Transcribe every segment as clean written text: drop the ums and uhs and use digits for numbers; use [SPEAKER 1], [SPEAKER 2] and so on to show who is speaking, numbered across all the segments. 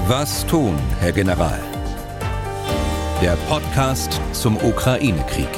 [SPEAKER 1] Was tun, Herr General? Der Podcast zum Ukraine-Krieg.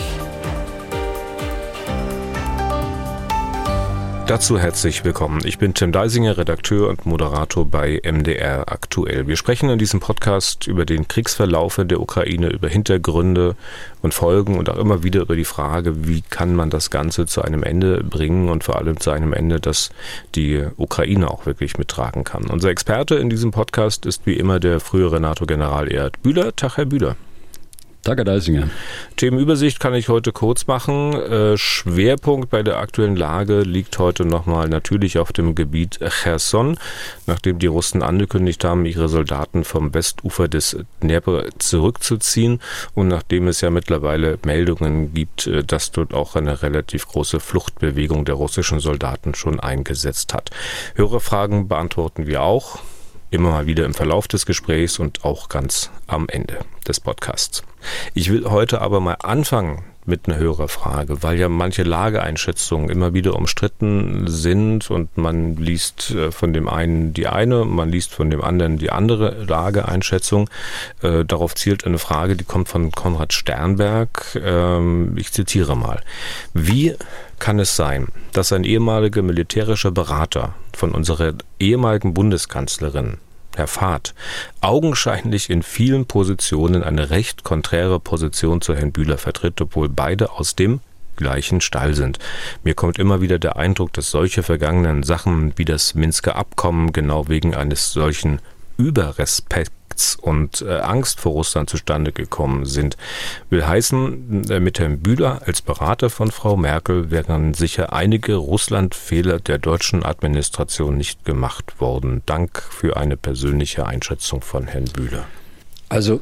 [SPEAKER 2] Dazu herzlich willkommen. Ich bin Tim Deisinger, Redakteur und Moderator bei MDR aktuell. Wir sprechen in diesem Podcast über den Kriegsverlauf in der Ukraine, über Hintergründe und Folgen und auch immer wieder über die Frage, wie kann man das Ganze zu einem Ende bringen und vor allem zu einem Ende, das die Ukraine auch wirklich mittragen kann. Unser Experte in diesem Podcast ist wie immer der frühere NATO-General Erhard Bühler. Tag, Herr Bühler.
[SPEAKER 3] Tag, Herr Deisinger.
[SPEAKER 2] Themenübersicht kann ich heute kurz machen. Schwerpunkt bei der aktuellen Lage liegt heute nochmal natürlich auf dem Gebiet Cherson, nachdem die Russen angekündigt haben, ihre Soldaten vom Westufer des Dnepr zurückzuziehen und nachdem es ja mittlerweile Meldungen gibt, dass dort auch eine relativ große Fluchtbewegung der russischen Soldaten schon eingesetzt hat. Hörerfragen beantworten wir auch. Immer mal wieder im Verlauf des Gesprächs und auch ganz am Ende des Podcasts. Ich will heute aber mal anfangen mit einer Hörerfrage, weil ja manche Lageeinschätzungen immer wieder umstritten sind und man liest von dem einen die eine, man liest von dem anderen die andere Lageeinschätzung. Darauf zielt eine Frage, die kommt von Konrad Sternberg. Ich zitiere mal. Wie kann es sein, dass ein ehemaliger militärischer Berater von unserer ehemaligen Bundeskanzlerin, Herr Fahrt, augenscheinlich in vielen Positionen eine recht konträre Position zu Herrn Bühler vertritt, obwohl beide aus dem gleichen Stall sind. Mir kommt immer wieder der Eindruck, dass solche vergangenen Sachen wie das Minsker Abkommen genau wegen eines solchen Überrespekts und Angst vor Russland zustande gekommen sind. Will heißen, mit Herrn Bühler als Berater von Frau Merkel wären sicher einige Russland-Fehler der deutschen Administration nicht gemacht worden. Dank für eine persönliche Einschätzung von Herrn Bühler.
[SPEAKER 3] Also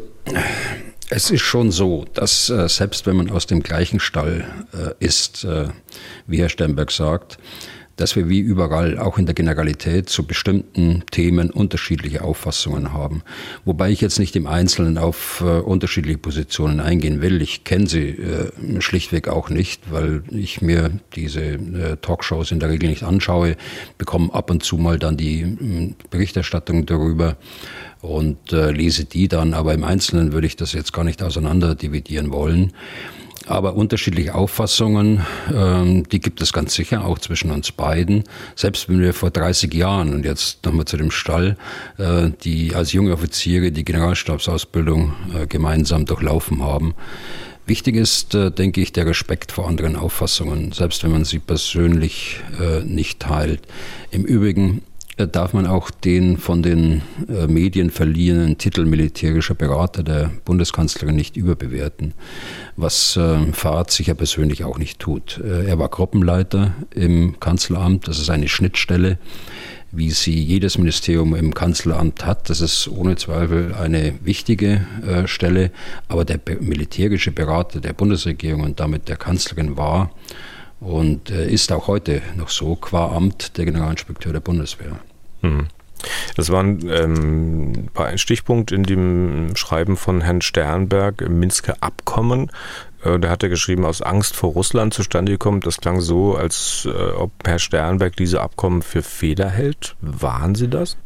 [SPEAKER 3] es ist schon so, dass selbst wenn man aus dem gleichen Stall ist, wie Herr Sternberg sagt, dass wir wie überall auch in der Generalität zu bestimmten Themen unterschiedliche Auffassungen haben. Wobei ich jetzt nicht im Einzelnen auf unterschiedliche Positionen eingehen will. Ich kenne sie schlichtweg auch nicht, weil ich mir diese Talkshows in der Regel nicht anschaue, bekomme ab und zu mal dann die Berichterstattung darüber und lese die dann. Aber im Einzelnen würde ich das jetzt gar nicht auseinander dividieren wollen. Aber unterschiedliche Auffassungen, die gibt es ganz sicher auch zwischen uns beiden. Selbst wenn wir vor 30 Jahren, und jetzt nochmal zu dem Stall, die als junge Offiziere die Generalstabsausbildung gemeinsam durchlaufen haben. Wichtig ist, denke ich, der Respekt vor anderen Auffassungen, selbst wenn man sie persönlich nicht teilt. Im Übrigen darf man auch den von den Medien verliehenen Titel militärischer Berater der Bundeskanzlerin nicht überbewerten, was Fahrt sicher persönlich auch nicht tut. Er war Gruppenleiter im Kanzleramt, das ist eine Schnittstelle, wie sie jedes Ministerium im Kanzleramt hat. Das ist ohne Zweifel eine wichtige Stelle, aber der militärische Berater der Bundesregierung und damit der Kanzlerin war und ist auch heute noch so, qua Amt der Generalinspekteur der Bundeswehr.
[SPEAKER 2] Das war ein Stichpunkt in dem Schreiben von Herrn Sternberg im Minsker Abkommen. Da hat er geschrieben, aus Angst vor Russland zustande gekommen. Das klang so, als ob Herr Sternberg diese Abkommen für Fehler hält. Waren Sie das?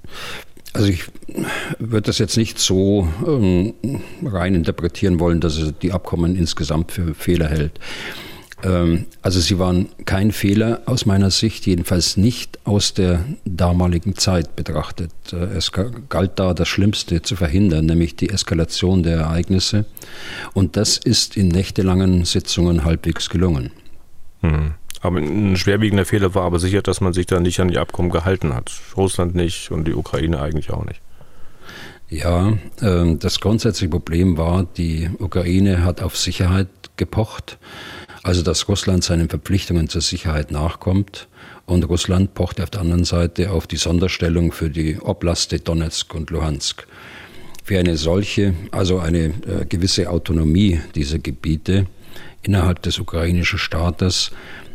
[SPEAKER 3] Also ich würde das jetzt nicht so rein interpretieren wollen, dass er die Abkommen insgesamt für Fehler hält. Also sie waren kein Fehler aus meiner Sicht, jedenfalls nicht aus der damaligen Zeit betrachtet. Es galt da, das Schlimmste zu verhindern, nämlich die Eskalation der Ereignisse. Und das ist in nächtelangen Sitzungen halbwegs gelungen.
[SPEAKER 2] Aber ein schwerwiegender Fehler war aber sicher, dass man sich da nicht an die Abkommen gehalten hat. Russland nicht und die Ukraine eigentlich auch nicht.
[SPEAKER 3] Ja, das grundsätzliche Problem war, die Ukraine hat auf Sicherheit gepocht. Also dass Russland seinen Verpflichtungen zur Sicherheit nachkommt und Russland pocht auf der anderen Seite auf die Sonderstellung für die Oblaste Donetsk und Luhansk. Für eine solche, also eine gewisse Autonomie dieser Gebiete innerhalb des ukrainischen Staates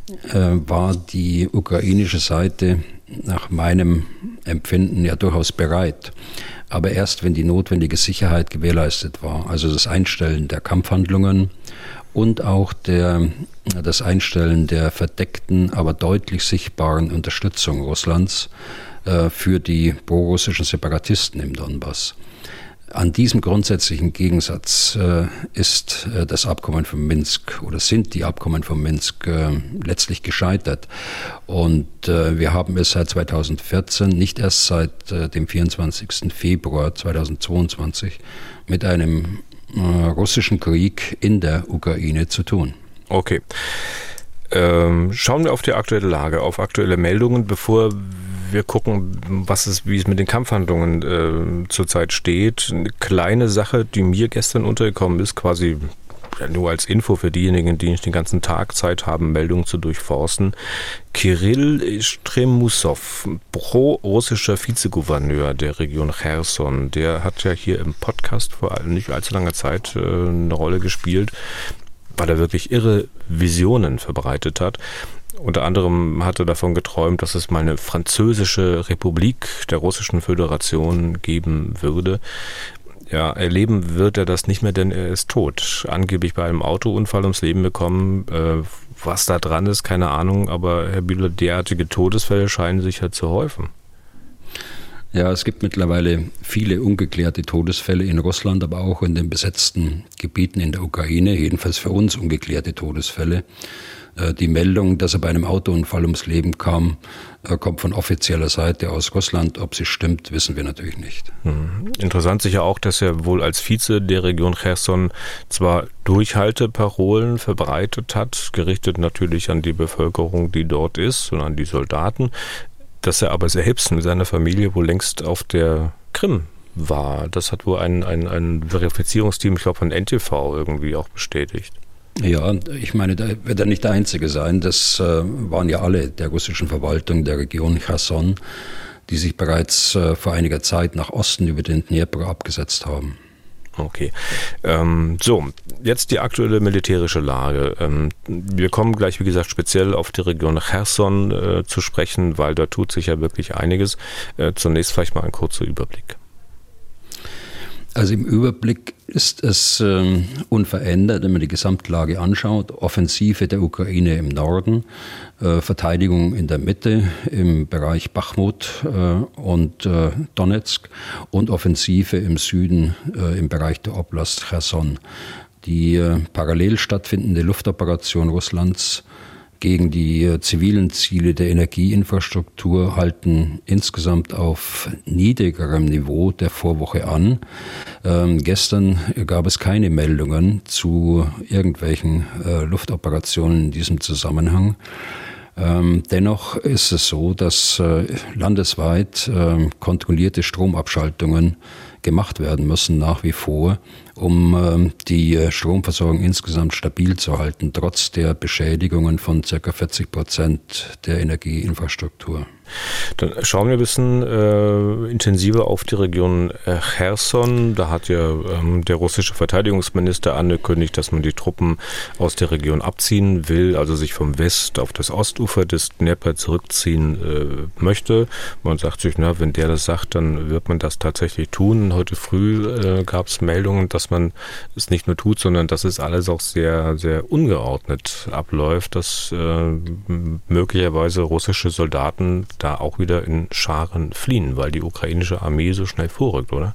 [SPEAKER 3] war die ukrainische Seite nach meinem Empfinden ja durchaus bereit. Aber erst wenn die notwendige Sicherheit gewährleistet war, also das Einstellen der Kampfhandlungen und auch das Einstellen der verdeckten, aber deutlich sichtbaren Unterstützung Russlands für die prorussischen Separatisten im Donbass. An diesem grundsätzlichen Gegensatz ist das Abkommen von Minsk oder sind die Abkommen von Minsk letztlich gescheitert. Und wir haben es seit 2014, nicht erst seit dem 24. Februar 2022, mit einem russischen Krieg in der Ukraine zu tun.
[SPEAKER 2] Okay. Schauen wir auf die aktuelle Lage, auf aktuelle Meldungen, bevor wir gucken, wie es mit den Kampfhandlungen zurzeit steht. Eine kleine Sache, die mir gestern untergekommen ist, quasi nur als Info für diejenigen, die nicht den ganzen Tag Zeit haben, Meldungen zu durchforsten. Kirill Stremusov, pro-russischer Vizegouverneur der Region Cherson, der hat ja hier im Podcast vor nicht allzu langer Zeit eine Rolle gespielt, weil er wirklich irre Visionen verbreitet hat. Unter anderem hat er davon geträumt, dass es mal eine französische Republik der Russischen Föderation geben würde. Ja, erleben wird er das nicht mehr, denn er ist tot. Angeblich bei einem Autounfall ums Leben gekommen. Was da dran ist, keine Ahnung, aber Herr Bühler, derartige Todesfälle scheinen sich halt zu häufen.
[SPEAKER 3] Ja, es gibt mittlerweile viele ungeklärte Todesfälle in Russland, aber auch in den besetzten Gebieten in der Ukraine, jedenfalls für uns ungeklärte Todesfälle. Die Meldung, dass er bei einem Autounfall ums Leben kam, kommt von offizieller Seite aus Russland. Ob sie stimmt, wissen wir natürlich nicht.
[SPEAKER 2] Interessant sicher auch, dass er wohl als Vize der Region Cherson zwar Durchhalteparolen verbreitet hat, gerichtet natürlich an die Bevölkerung, die dort ist und an die Soldaten, dass er aber selbst mit seiner Familie wohl längst auf der Krim war. Das hat wohl ein Verifizierungsteam, ich glaube von NTV, irgendwie auch bestätigt.
[SPEAKER 3] Ja, ich meine, da wird er nicht der Einzige sein. Das waren ja alle der russischen Verwaltung der Region Cherson, die sich bereits vor einiger Zeit nach Osten über den Dnepr abgesetzt haben.
[SPEAKER 2] Okay. So, jetzt die aktuelle militärische Lage. Wir kommen gleich, wie gesagt, speziell auf die Region Cherson zu sprechen, weil da tut sich ja wirklich einiges. Zunächst vielleicht mal ein kurzer Überblick.
[SPEAKER 3] Also im Überblick ist es unverändert, wenn man die Gesamtlage anschaut. Offensive der Ukraine im Norden, Verteidigung in der Mitte im Bereich Bachmut und Donetsk und Offensive im Süden im Bereich der Oblast Cherson. Die parallel stattfindende Luftoperation Russlands gegen die zivilen Ziele der Energieinfrastruktur halten insgesamt auf niedrigerem Niveau der Vorwoche an. Gestern gab es keine Meldungen zu irgendwelchen Luftoperationen in diesem Zusammenhang. Dennoch ist es so, dass landesweit kontrollierte Stromabschaltungen gemacht werden müssen nach wie vor, um die Stromversorgung insgesamt stabil zu halten, trotz der Beschädigungen von ca. 40% der Energieinfrastruktur.
[SPEAKER 2] Dann schauen wir ein bisschen intensiver auf die Region Cherson. Da hat ja der russische Verteidigungsminister angekündigt, dass man die Truppen aus der Region abziehen will, also sich vom West auf das Ostufer des Dnepr zurückziehen möchte. Man sagt sich, na, wenn der das sagt, dann wird man das tatsächlich tun. Heute früh gab es Meldungen, dass man es nicht nur tut, sondern dass es alles auch sehr, sehr ungeordnet abläuft, dass möglicherweise russische Soldaten da auch wieder in Scharen fliehen, weil die ukrainische Armee so schnell vorrückt, oder?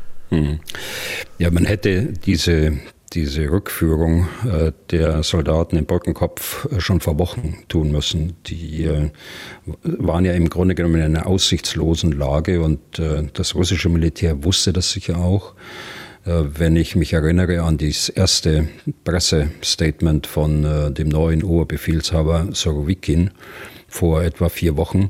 [SPEAKER 3] Ja, man hätte diese Rückführung der Soldaten im Brückenkopf schon vor Wochen tun müssen. Die waren ja im Grunde genommen in einer aussichtslosen Lage und das russische Militär wusste das sicher auch. Wenn ich mich erinnere an das erste Pressestatement von dem neuen Oberbefehlshaber Sorowikin vor etwa 4 Wochen,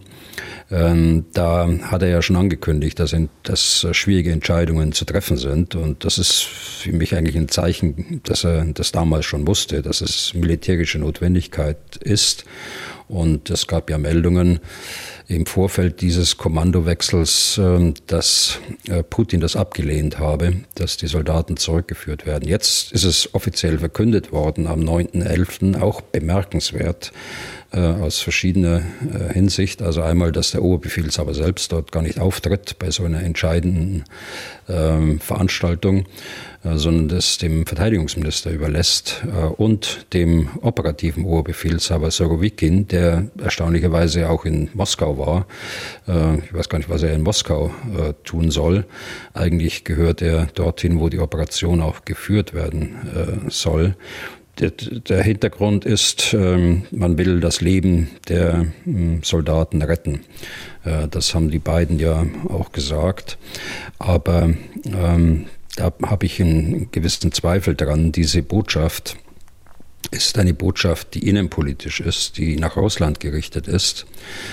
[SPEAKER 3] da hat er ja schon angekündigt, dass schwierige Entscheidungen zu treffen sind. Und das ist für mich eigentlich ein Zeichen, dass er das damals schon wusste, dass es militärische Notwendigkeit ist. Und es gab ja Meldungen im Vorfeld dieses Kommandowechsels, dass Putin das abgelehnt habe, dass die Soldaten zurückgeführt werden. Jetzt ist es offiziell verkündet worden am 9.11., auch bemerkenswert, aus verschiedener Hinsicht. Also einmal, dass der Oberbefehlshaber selbst dort gar nicht auftritt bei so einer entscheidenden Veranstaltung, sondern das dem Verteidigungsminister überlässt und dem operativen Oberbefehlshaber Surowikin, der erstaunlicherweise auch in Moskau war. Ich weiß gar nicht, was er in Moskau tun soll. Eigentlich gehört er dorthin, wo die Operation auch geführt werden soll. Der Hintergrund ist, man will das Leben der Soldaten retten. Das haben die beiden ja auch gesagt. Aber da habe ich einen gewissen Zweifel dran. Diese Botschaft ist eine Botschaft, die innenpolitisch ist, die nach Russland gerichtet ist,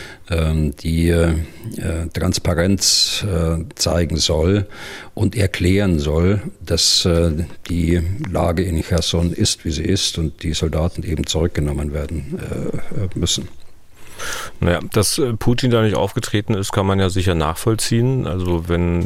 [SPEAKER 3] die Transparenz zeigen soll und erklären soll, dass die Lage in Cherson ist, wie sie ist und die Soldaten eben zurückgenommen werden müssen.
[SPEAKER 2] Naja, dass Putin da nicht aufgetreten ist, kann man ja sicher nachvollziehen. Also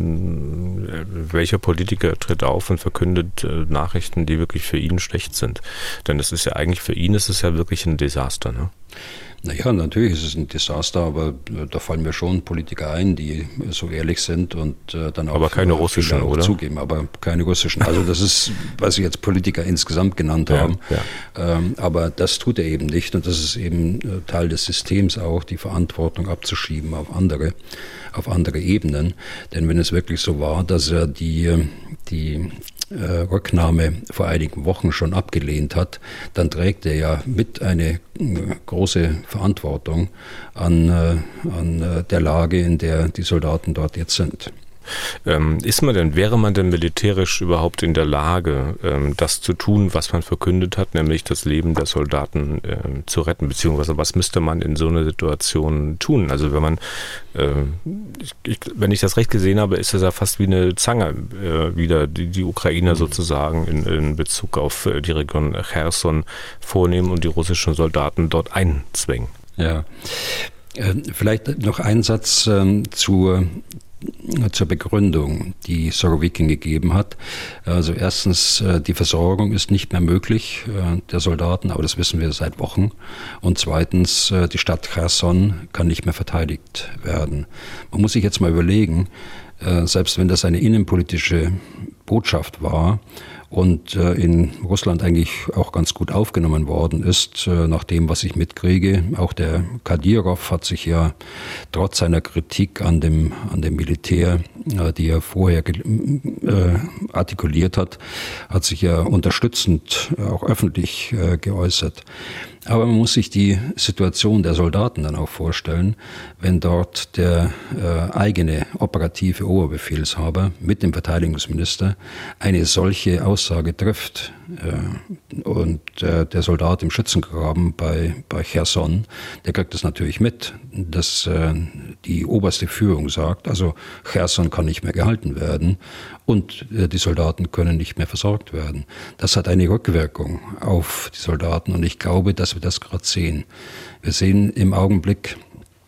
[SPEAKER 2] welcher Politiker tritt auf und verkündet Nachrichten, die wirklich für ihn schlecht sind? Denn es ist ja eigentlich für ihn, ist es ja wirklich ein Desaster, ne?
[SPEAKER 3] Naja, natürlich ist es ein Desaster, aber da fallen mir schon Politiker ein, die so ehrlich sind und dann auch,
[SPEAKER 2] aber keine russischen,
[SPEAKER 3] auch
[SPEAKER 2] oder?
[SPEAKER 3] Zugeben, aber keine russischen. Also das ist, was Sie jetzt Politiker insgesamt genannt haben. Ja. Aber das tut er eben nicht und das ist eben Teil des Systems auch, die Verantwortung abzuschieben auf andere Ebenen. Denn wenn es wirklich so war, dass er die Rücknahme vor einigen Wochen schon abgelehnt hat, dann trägt er ja mit eine große Verantwortung an der Lage, in der die Soldaten dort jetzt sind.
[SPEAKER 2] Wäre man denn militärisch überhaupt in der Lage, das zu tun, was man verkündet hat, nämlich das Leben der Soldaten zu retten, beziehungsweise was müsste man in so einer Situation tun? Also wenn ich das recht gesehen habe, ist das ja fast wie eine Zange, wieder die Ukrainer sozusagen in Bezug auf die Region Cherson vornehmen und die russischen Soldaten dort einzwängen.
[SPEAKER 3] Ja, vielleicht noch ein Satz zur Begründung, die Surowikin gegeben hat. Also erstens, die Versorgung ist nicht mehr möglich der Soldaten, aber das wissen wir seit Wochen. Und zweitens, die Stadt Cherson kann nicht mehr verteidigt werden. Man muss sich jetzt mal überlegen, selbst wenn das eine innenpolitische Botschaft war und in Russland eigentlich auch ganz gut aufgenommen worden ist, nach dem, was ich mitkriege. Auch der Kadyrov hat sich ja trotz seiner Kritik an dem Militär, die er vorher artikuliert hat sich ja unterstützend auch öffentlich geäußert. Aber man muss sich die Situation der Soldaten dann auch vorstellen, wenn dort der eigene operative Oberbefehlshaber mit dem Verteidigungsminister eine solche Aussage trifft und der Soldat im Schützengraben bei Cherson, der kriegt das natürlich mit, dass die oberste Führung sagt, also Cherson kann nicht mehr gehalten werden und die Soldaten können nicht mehr versorgt werden. Das hat eine Rückwirkung auf die Soldaten und ich glaube, dass wir das gerade sehen. Wir sehen im Augenblick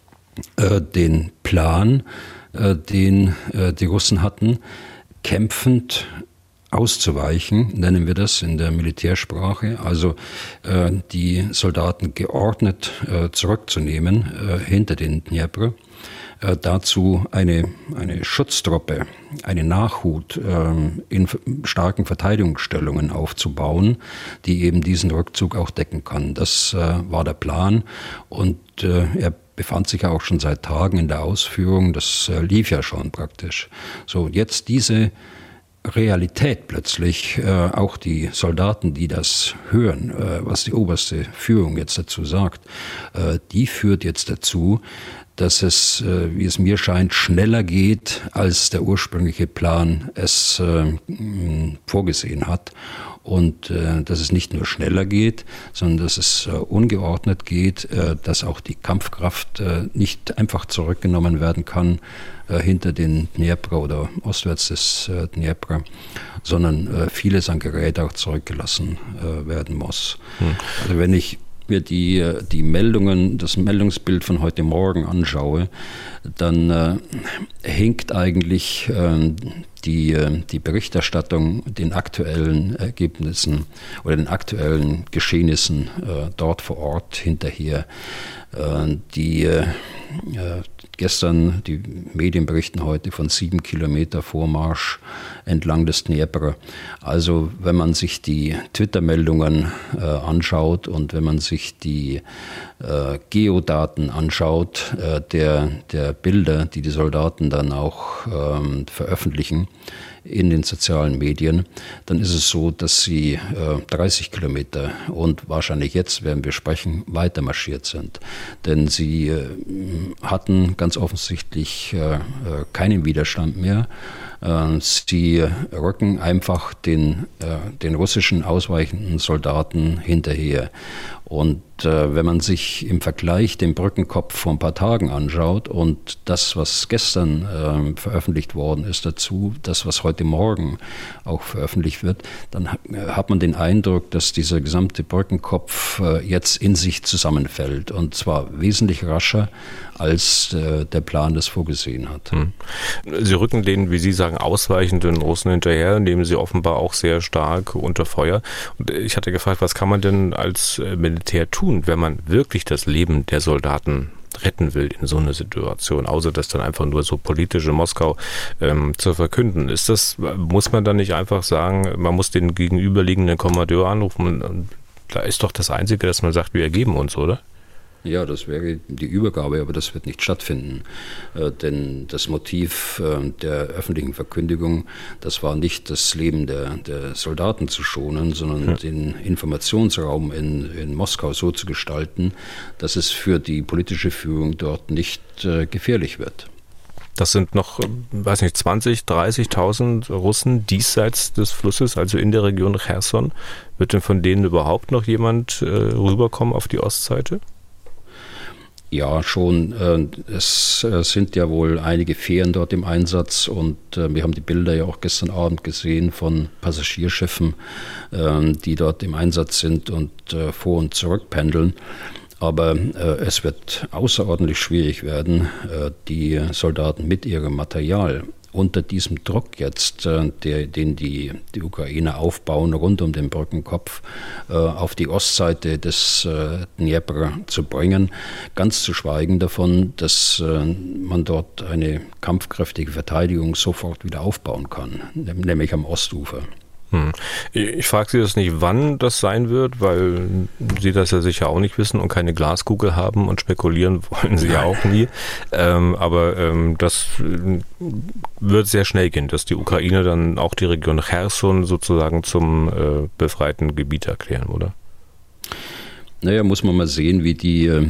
[SPEAKER 3] den Plan, den die Russen hatten, kämpfend auszuweichen, nennen wir das in der Militärsprache, also die Soldaten geordnet zurückzunehmen hinter den Dnepr. Dazu eine Schutztruppe, eine Nachhut in starken Verteidigungsstellungen aufzubauen, die eben diesen Rückzug auch decken kann. Das war der Plan und er befand sich ja auch schon seit Tagen in der Ausführung. Das lief ja schon praktisch. So, jetzt diese Realität plötzlich, auch die Soldaten, die das hören, was die oberste Führung jetzt dazu sagt, die führt jetzt dazu, dass es, wie es mir scheint, schneller geht, als der ursprüngliche Plan es vorgesehen hat. Und dass es nicht nur schneller geht, sondern dass es ungeordnet geht, dass auch die Kampfkraft nicht einfach zurückgenommen werden kann hinter den Dnepr oder ostwärts des Dnepr, sondern vieles an Gerät auch zurückgelassen werden muss. Also wenn ich mir die Meldungen, das Meldungsbild von heute Morgen anschaue, dann hinkt eigentlich die Berichterstattung den aktuellen Ergebnissen oder den aktuellen Geschehnissen dort vor Ort hinterher. Gestern, die Medien berichten heute von 7 Kilometer Vormarsch entlang des Dnjepr. Also wenn man sich die Twitter-Meldungen anschaut und wenn man sich die Geodaten anschaut, der Bilder, die die Soldaten dann auch veröffentlichen in den sozialen Medien, dann ist es so, dass sie 30 Kilometer und wahrscheinlich jetzt, werden wir sprechen, weiter marschiert sind. Denn sie hatten ganz offensichtlich keinen Widerstand mehr. Sie rücken einfach den russischen ausweichenden Soldaten hinterher. Und wenn man sich im Vergleich den Brückenkopf vor ein paar Tagen anschaut und das, was gestern veröffentlicht worden ist dazu, das, was heute Morgen auch veröffentlicht wird, dann hat man den Eindruck, dass dieser gesamte Brückenkopf jetzt in sich zusammenfällt. Und zwar wesentlich rascher, als der Plan das vorgesehen hat.
[SPEAKER 2] Sie rücken den, wie Sie sagen, ausweichenden Russen hinterher, nehmen sie offenbar auch sehr stark unter Feuer. Und ich hatte gefragt, was kann man denn als Militär tun, wenn man wirklich das Leben der Soldaten retten will in so einer Situation, außer das dann einfach nur so politisch in Moskau zu verkünden? Muss man dann nicht einfach sagen, man muss den gegenüberliegenden Kommandeur anrufen und da ist doch das Einzige, dass man sagt, wir ergeben uns, oder?
[SPEAKER 3] Ja, das wäre die Übergabe, aber das wird nicht stattfinden. Denn das Motiv der öffentlichen Verkündigung, das war nicht das Leben der Soldaten zu schonen, sondern den Informationsraum in Moskau so zu gestalten, dass es für die politische Führung dort nicht gefährlich wird.
[SPEAKER 2] Das sind noch, 20.000, 30.000 Russen diesseits des Flusses, also in der Region Cherson. Wird denn von denen überhaupt noch jemand rüberkommen auf die Ostseite?
[SPEAKER 3] Ja, schon. Es sind ja wohl einige Fähren dort im Einsatz und wir haben die Bilder ja auch gestern Abend gesehen von Passagierschiffen, die dort im Einsatz sind und vor und zurück pendeln. Aber es wird außerordentlich schwierig werden, die Soldaten mit ihrem Material unter diesem Druck jetzt, den die Ukrainer aufbauen, rund um den Brückenkopf auf die Ostseite des Dnjepr zu bringen, ganz zu schweigen davon, dass man dort eine kampfkräftige Verteidigung sofort wieder aufbauen kann, nämlich am Ostufer.
[SPEAKER 2] Ich frage Sie das nicht, wann das sein wird, weil Sie das ja sicher auch nicht wissen und keine Glaskugel haben und spekulieren wollen Sie ja auch nie. Aber das wird sehr schnell gehen, dass die Ukraine dann auch die Region Cherson sozusagen zum befreiten Gebiet erklären, oder?
[SPEAKER 3] Naja, muss man mal sehen, wie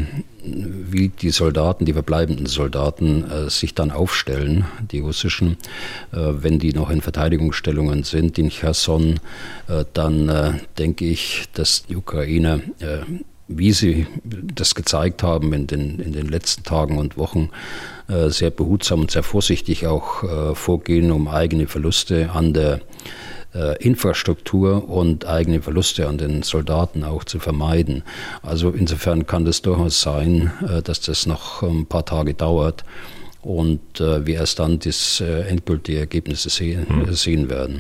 [SPEAKER 3] die Soldaten, die verbleibenden Soldaten sich dann aufstellen, die russischen, wenn die noch in Verteidigungsstellungen sind in Cherson, dann denke ich, dass die Ukrainer, wie sie das gezeigt haben in den letzten Tagen und Wochen, sehr behutsam und sehr vorsichtig auch vorgehen, um eigene Verluste an der Infrastruktur und eigene Verluste an den Soldaten auch zu vermeiden. Also insofern kann es durchaus sein, dass das noch ein paar Tage dauert und wir erst dann das endgültige Ergebnis sehen werden.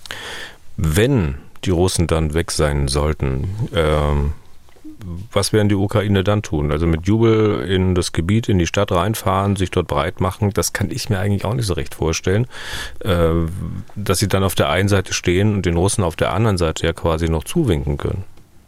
[SPEAKER 2] Wenn die Russen dann weg sein sollten, was werden die Ukrainer dann tun? Also mit Jubel in das Gebiet, in die Stadt reinfahren, sich dort breit machen, das kann ich mir eigentlich auch nicht so recht vorstellen. Dass sie dann auf der einen Seite stehen und den Russen auf der anderen Seite ja quasi noch zuwinken können.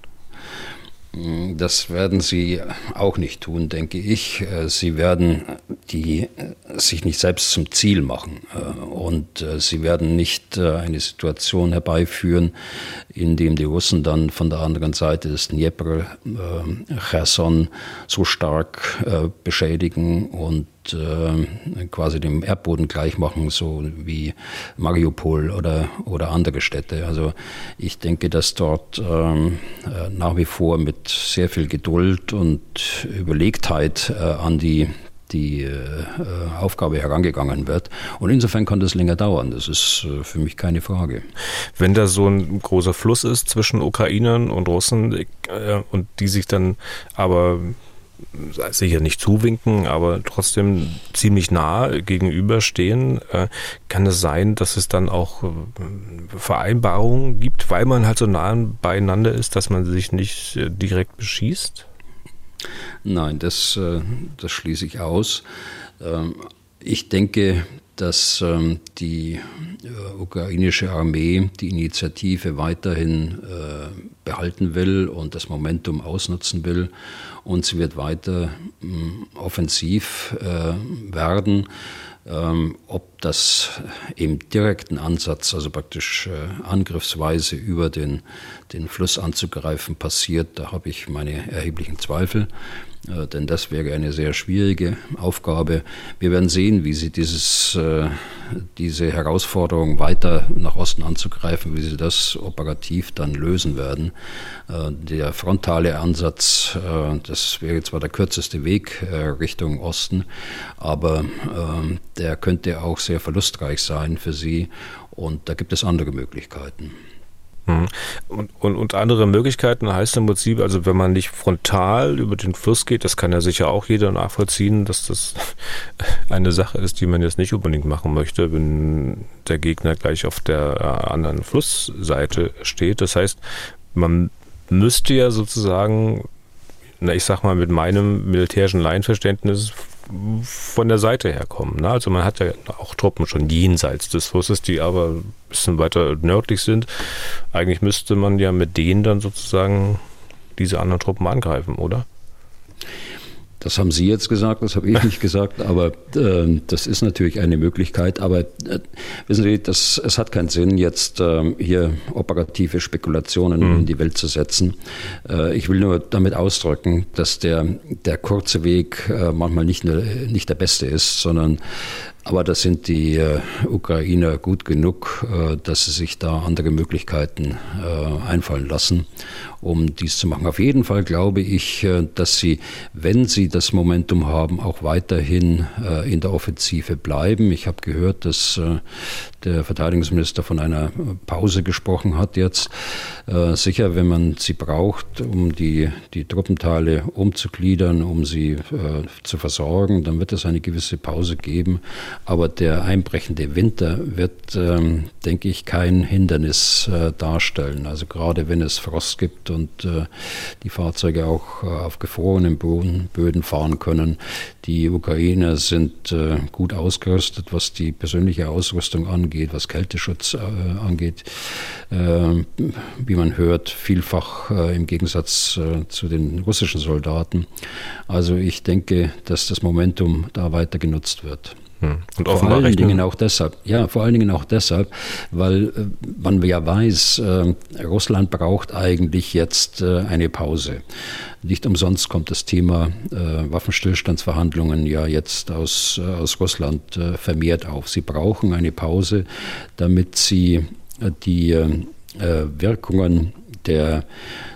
[SPEAKER 3] Das werden sie auch nicht tun, denke ich. Sie werden sich nicht selbst zum Ziel machen und sie werden nicht eine Situation herbeiführen, in dem die Russen dann von der anderen Seite des Dnjepr Cherson so stark beschädigen und quasi dem Erdboden gleich machen, so wie Mariupol oder andere Städte. Also ich denke, dass dort nach wie vor mit sehr viel Geduld und Überlegtheit an die Aufgabe herangegangen wird. Und insofern kann das länger dauern. Das ist für mich keine Frage.
[SPEAKER 2] Wenn da so ein großer Fluss ist zwischen Ukrainern und Russen und die sich dann aber sicher nicht zuwinken, aber trotzdem ziemlich nah gegenüberstehen. Kann es sein, dass es dann auch Vereinbarungen gibt, weil man halt so nah beieinander ist, dass man sich nicht direkt beschießt?
[SPEAKER 3] Nein, das schließe ich aus. Ich denke, dass die ukrainische Armee die Initiative weiterhin behalten will und das Momentum ausnutzen will. Und sie wird weiter offensiv werden. Ob das im direkten Ansatz, also praktisch angriffsweise über den Fluss anzugreifen passiert, da habe ich meine erheblichen Zweifel. Denn das wäre eine sehr schwierige Aufgabe. Wir werden sehen, wie sie diese Herausforderung weiter nach Osten anzugreifen, wie sie das operativ dann lösen werden. Der frontale Ansatz, das wäre zwar der kürzeste Weg Richtung Osten, aber der könnte auch sehr verlustreich sein für sie und da gibt es andere Möglichkeiten.
[SPEAKER 2] Und andere Möglichkeiten heißt im Prinzip, also wenn man nicht frontal über den Fluss geht, das kann ja sicher auch jeder nachvollziehen, dass das eine Sache ist, die man jetzt nicht unbedingt machen möchte, wenn der Gegner gleich auf der anderen Flussseite steht. Das heißt, man müsste ja sozusagen, ich sag mal mit meinem militärischen Laienverständnis, von der Seite herkommen. Ne? Also man hat ja auch Truppen schon jenseits des Flusses, die aber ein bisschen weiter nördlich sind. Eigentlich müsste man ja mit denen dann sozusagen diese anderen Truppen angreifen, oder?
[SPEAKER 3] Das haben Sie jetzt gesagt, das habe ich nicht gesagt, aber das ist natürlich eine Möglichkeit. Aber wissen Sie, es hat keinen Sinn, jetzt hier operative Spekulationen in die Welt zu setzen. Ich will nur damit ausdrücken, dass der kurze Weg manchmal nicht der beste ist, sondern aber das sind die Ukrainer gut genug, dass sie sich da andere Möglichkeiten einfallen lassen, um dies zu machen. Auf jeden Fall glaube ich, dass sie, wenn sie das Momentum haben, auch weiterhin in der Offensive bleiben. Ich habe gehört, dass der Verteidigungsminister von einer Pause gesprochen hat jetzt. Sicher, wenn man sie braucht, um die Truppenteile umzugliedern, um sie zu versorgen, dann wird es eine gewisse Pause geben. Aber der einbrechende Winter wird, denke ich, kein Hindernis darstellen. Also gerade wenn es Frost gibt und die Fahrzeuge auch auf gefrorenen Böden fahren können. Die Ukrainer sind gut ausgerüstet, was die persönliche Ausrüstung angeht, was Kälteschutz angeht. Wie man hört, vielfach im Gegensatz zu den russischen Soldaten. Also ich denke, dass das Momentum da weiter genutzt wird.
[SPEAKER 2] Und
[SPEAKER 3] vor allen Dingen auch deshalb, weil man ja weiß, Russland braucht eigentlich jetzt eine Pause. Nicht umsonst kommt das Thema Waffenstillstandsverhandlungen ja jetzt aus Russland vermehrt auf. Sie brauchen eine Pause, damit sie die Wirkungen der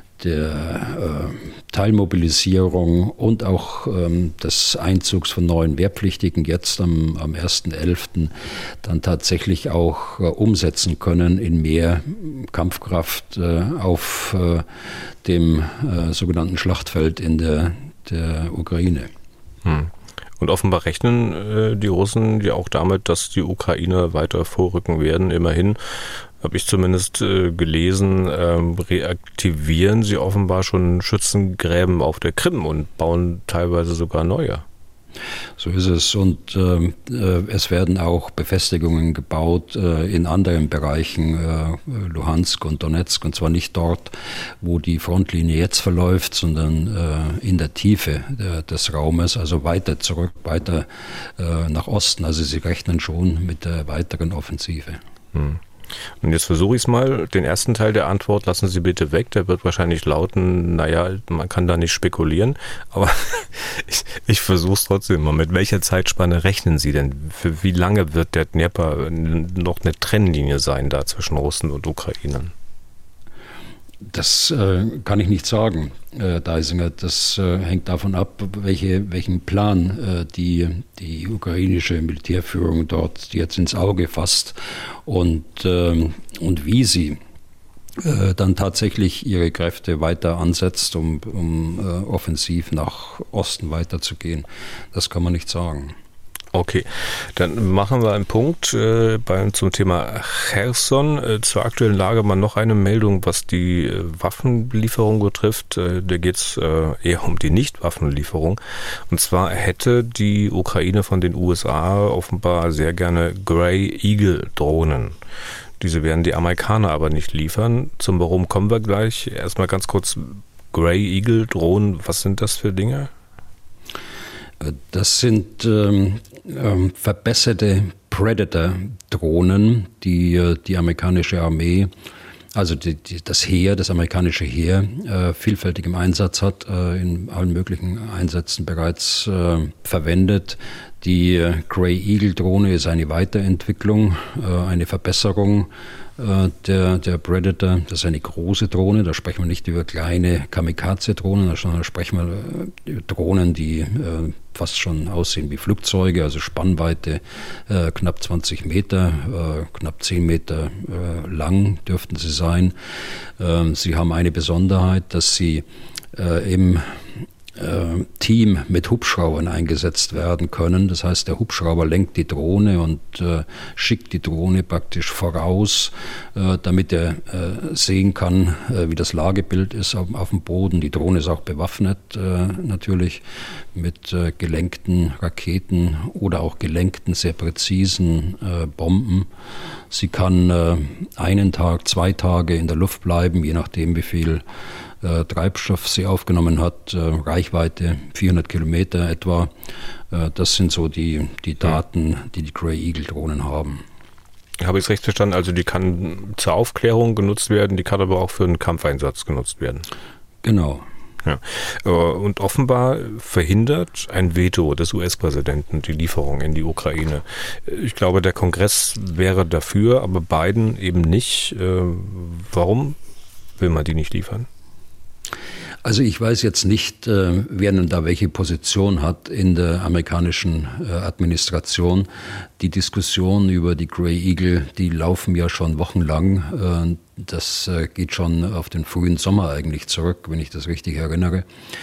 [SPEAKER 3] Teilmobilisierung und auch des Einzugs von neuen Wehrpflichtigen jetzt am 1.11. dann tatsächlich auch umsetzen können in mehr Kampfkraft auf dem sogenannten Schlachtfeld in der Ukraine.
[SPEAKER 2] Und offenbar rechnen die Russen ja auch damit, dass die Ukrainer weiter vorrücken werden. Immerhin, habe ich zumindest gelesen, reaktivieren sie offenbar schon Schützengräben auf der Krim und bauen teilweise sogar neue.
[SPEAKER 3] So ist es. Und es werden auch Befestigungen gebaut in anderen Bereichen, Luhansk und Donetsk, und zwar nicht dort, wo die Frontlinie jetzt verläuft, sondern in der Tiefe des Raumes, also weiter zurück, weiter nach Osten. Also sie rechnen schon mit der weiteren Offensive.
[SPEAKER 2] Und jetzt versuche ich es mal. Den ersten Teil der Antwort lassen Sie bitte weg. Der wird wahrscheinlich lauten, naja, man kann da nicht spekulieren. Aber ich versuche es trotzdem mal. Mit welcher Zeitspanne rechnen Sie denn? Für wie lange wird der Dnepr noch eine Trennlinie sein da zwischen Russen und Ukrainern?
[SPEAKER 3] Das kann ich nicht sagen, Deisinger. Das hängt davon ab, welchen Plan die ukrainische Militärführung dort jetzt ins Auge fasst und wie sie dann tatsächlich ihre Kräfte weiter ansetzt, um offensiv nach Osten weiterzugehen. Das kann man nicht sagen.
[SPEAKER 2] Okay, dann machen wir einen Punkt zum Thema Cherson. Zur aktuellen Lage mal noch eine Meldung, was die Waffenlieferung betrifft. Da geht es eher um die Nicht-Waffenlieferung. Und zwar hätte die Ukraine von den USA offenbar sehr gerne Grey Eagle-Drohnen. Diese werden die Amerikaner aber nicht liefern. Zum Warum kommen wir gleich. Erstmal ganz kurz, Grey Eagle-Drohnen, was sind das für Dinge?
[SPEAKER 3] Das sind verbesserte Predator-Drohnen, die die amerikanische Armee, also das amerikanische Heer, vielfältig im Einsatz hat, in allen möglichen Einsätzen bereits verwendet. Die Grey Eagle-Drohne ist eine Weiterentwicklung, eine Verbesserung der Predator. Das ist eine große Drohne, da sprechen wir nicht über kleine Kamikaze-Drohnen, sondern da sprechen wir über Drohnen, die fast schon aussehen wie Flugzeuge, also Spannweite knapp 20 Meter, knapp 10 Meter lang dürften sie sein. Sie haben eine Besonderheit, dass sie im Team mit Hubschraubern eingesetzt werden können. Das heißt, der Hubschrauber lenkt die Drohne und schickt die Drohne praktisch voraus, damit er sehen kann, wie das Lagebild ist auf dem Boden. Die Drohne ist auch bewaffnet, natürlich mit gelenkten Raketen oder auch gelenkten, sehr präzisen Bomben. Sie kann einen Tag, 2 Tage in der Luft bleiben, je nachdem, wie viel Treibstoff sie aufgenommen hat, Reichweite 400 Kilometer etwa. Das sind so die Daten, die Grey Eagle-Drohnen haben.
[SPEAKER 2] Habe ich es recht verstanden? Also die kann zur Aufklärung genutzt werden, die kann aber auch für einen Kampfeinsatz genutzt werden.
[SPEAKER 3] Genau.
[SPEAKER 2] Ja. Und offenbar verhindert ein Veto des US-Präsidenten die Lieferung in die Ukraine. Ich glaube, der Kongress wäre dafür, aber Biden eben nicht. Warum will man die nicht liefern?
[SPEAKER 3] Also ich weiß jetzt nicht, wer nun da welche Position hat in der amerikanischen Administration. Die Diskussionen über die Grey Eagle, die laufen ja schon wochenlang. Das geht schon auf den frühen Sommer eigentlich zurück, wenn ich das richtig erinnere.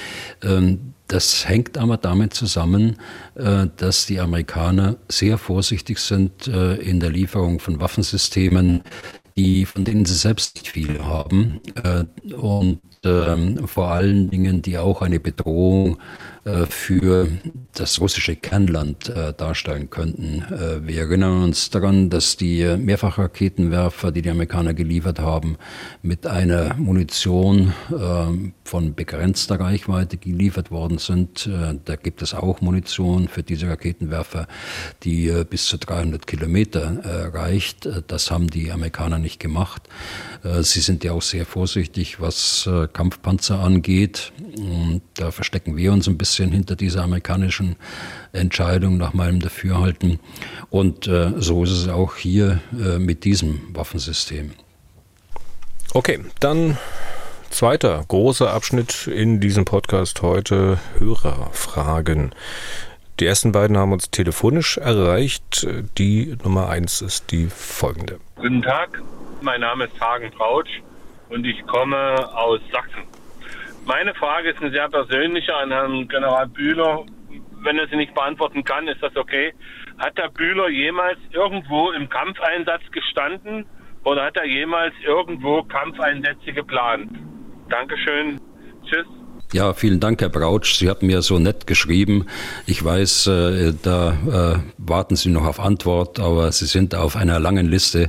[SPEAKER 3] Das hängt aber damit zusammen, dass die Amerikaner sehr vorsichtig sind in der Lieferung von Waffensystemen, von denen sie selbst nicht viel haben und vor allen Dingen, die auch eine Bedrohung für das russische Kernland darstellen könnten. Wir erinnern uns daran, dass die Mehrfachraketenwerfer, die Amerikaner geliefert haben, mit einer Munition von begrenzter Reichweite geliefert worden sind. Da gibt es auch Munition für diese Raketenwerfer, die bis zu 300 Kilometer reicht. Das haben die Amerikaner nicht gemacht. Sie sind ja auch sehr vorsichtig, was Kampfpanzer angeht. Da verstecken wir uns ein bisschen hinter dieser amerikanischen Entscheidung nach meinem Dafürhalten. Und so ist es auch hier mit diesem Waffensystem.
[SPEAKER 2] Okay, dann zweiter großer Abschnitt in diesem Podcast heute, Hörerfragen. Die ersten beiden haben uns telefonisch erreicht. Die Nummer 1 ist die folgende.
[SPEAKER 4] Guten Tag, mein Name ist Hagen Trautsch und ich komme aus Sachsen. Meine Frage ist eine sehr persönliche an Herrn General Bühler. Wenn er sie nicht beantworten kann, ist das okay. Hat der Bühler jemals irgendwo im Kampfeinsatz gestanden oder hat er jemals irgendwo Kampfeinsätze geplant? Dankeschön. Tschüss.
[SPEAKER 3] Ja, vielen Dank, Herr Brautsch. Sie haben mir so nett geschrieben. Ich weiß, da warten Sie noch auf Antwort, aber Sie sind auf einer langen Liste.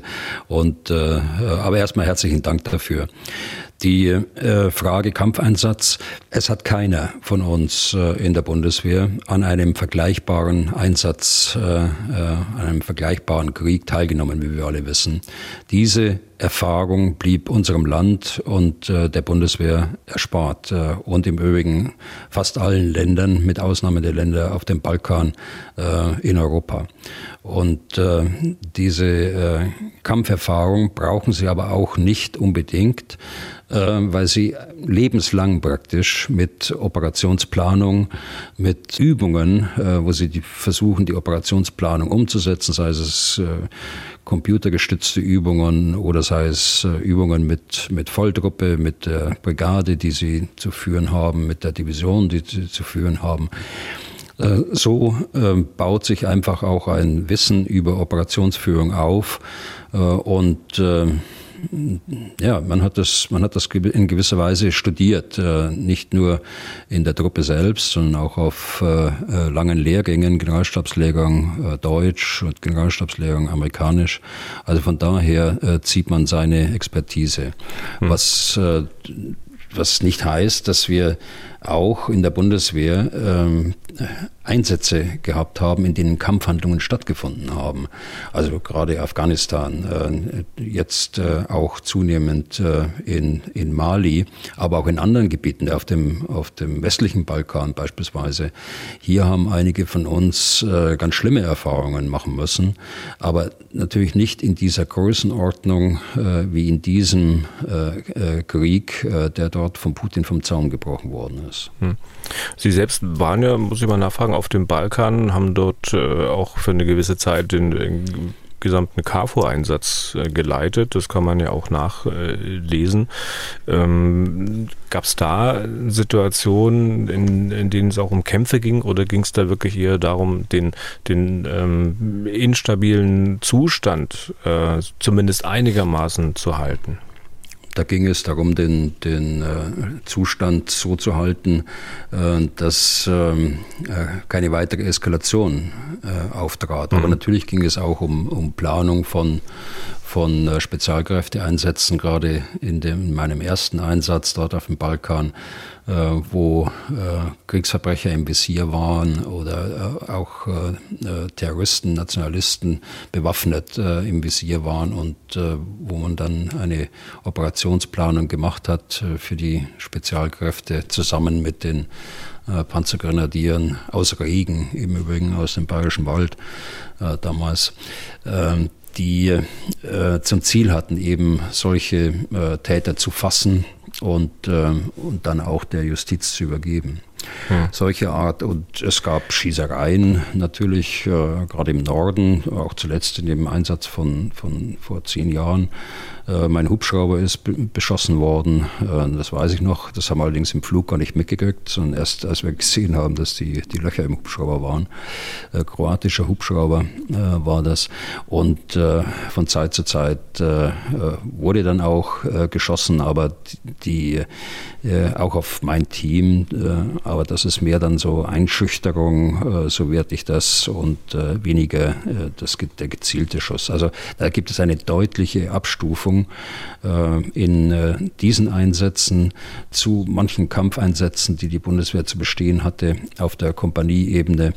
[SPEAKER 3] Aber erstmal herzlichen Dank dafür. Die Frage Kampfeinsatz, es hat keiner von uns in der Bundeswehr an einem vergleichbaren Einsatz, an einem vergleichbaren Krieg teilgenommen, wie wir alle wissen. Diese Erfahrung blieb unserem Land und der Bundeswehr erspart und im Übrigen fast allen Ländern, mit Ausnahme der Länder auf dem Balkan in Europa. Und diese Kampferfahrung brauchen sie aber auch nicht unbedingt, weil sie lebenslang praktisch mit Operationsplanung, mit Übungen, wo sie versuchen, die Operationsplanung umzusetzen, sei es computergestützte Übungen oder sei es Übungen mit Volltruppe, mit der Brigade, die sie zu führen haben, mit der Division, die sie zu führen haben. So baut sich einfach auch ein Wissen über Operationsführung auf und man hat das in gewisser Weise studiert, nicht nur in der Truppe selbst, sondern auch auf langen Lehrgängen, Generalstabslehrgang Deutsch und Generalstabslehrgang Amerikanisch. Also von daher zieht man seine Expertise, was nicht heißt, dass wir auch in der Bundeswehr Einsätze gehabt haben, in denen Kampfhandlungen stattgefunden haben. Also gerade Afghanistan, jetzt auch zunehmend in Mali, aber auch in anderen Gebieten, auf dem westlichen Balkan beispielsweise. Hier haben einige von uns ganz schlimme Erfahrungen machen müssen, aber natürlich nicht in dieser Größenordnung wie in diesem Krieg, der dort von Putin vom Zaun gebrochen worden ist.
[SPEAKER 2] Sie selbst waren ja, muss ich mal nachfragen, auf dem Balkan, haben dort auch für eine gewisse Zeit den gesamten KFOR-Einsatz geleitet. Das kann man ja auch nachlesen. Gab es da Situationen, in denen es auch um Kämpfe ging, oder ging es da wirklich eher darum, den instabilen Zustand zumindest einigermaßen zu halten?
[SPEAKER 3] Da ging es darum, den Zustand so zu halten, dass keine weitere Eskalation auftrat. Aber natürlich ging es auch um Planung von Spezialkräfteeinsätzen, gerade in meinem ersten Einsatz dort auf dem Balkan, wo Kriegsverbrecher im Visier waren oder auch Terroristen, Nationalisten bewaffnet im Visier waren und wo man dann eine Operationsplanung gemacht hat für die Spezialkräfte zusammen mit den Panzergrenadieren aus Regen, im Übrigen aus dem Bayerischen Wald damals, die zum Ziel hatten, eben solche Täter zu fassen und dann auch der Justiz zu übergeben. Solche Art, und es gab Schießereien natürlich, gerade im Norden, auch zuletzt in dem Einsatz von vor 10 Jahren. Mein Hubschrauber ist beschossen worden, das weiß ich noch. Das haben wir allerdings im Flug gar nicht mitgekriegt, sondern erst als wir gesehen haben, dass die Löcher im Hubschrauber waren. Kroatischer Hubschrauber war das. Und von Zeit zu Zeit wurde dann auch geschossen, aber auch auf mein Team. Aber das ist mehr dann so Einschüchterung, so werte ich das, und weniger der gezielte Schuss. Also da gibt es eine deutliche Abstufung in diesen Einsätzen zu manchen Kampfeinsätzen, die die Bundeswehr zu bestehen hatte auf der Kompanieebene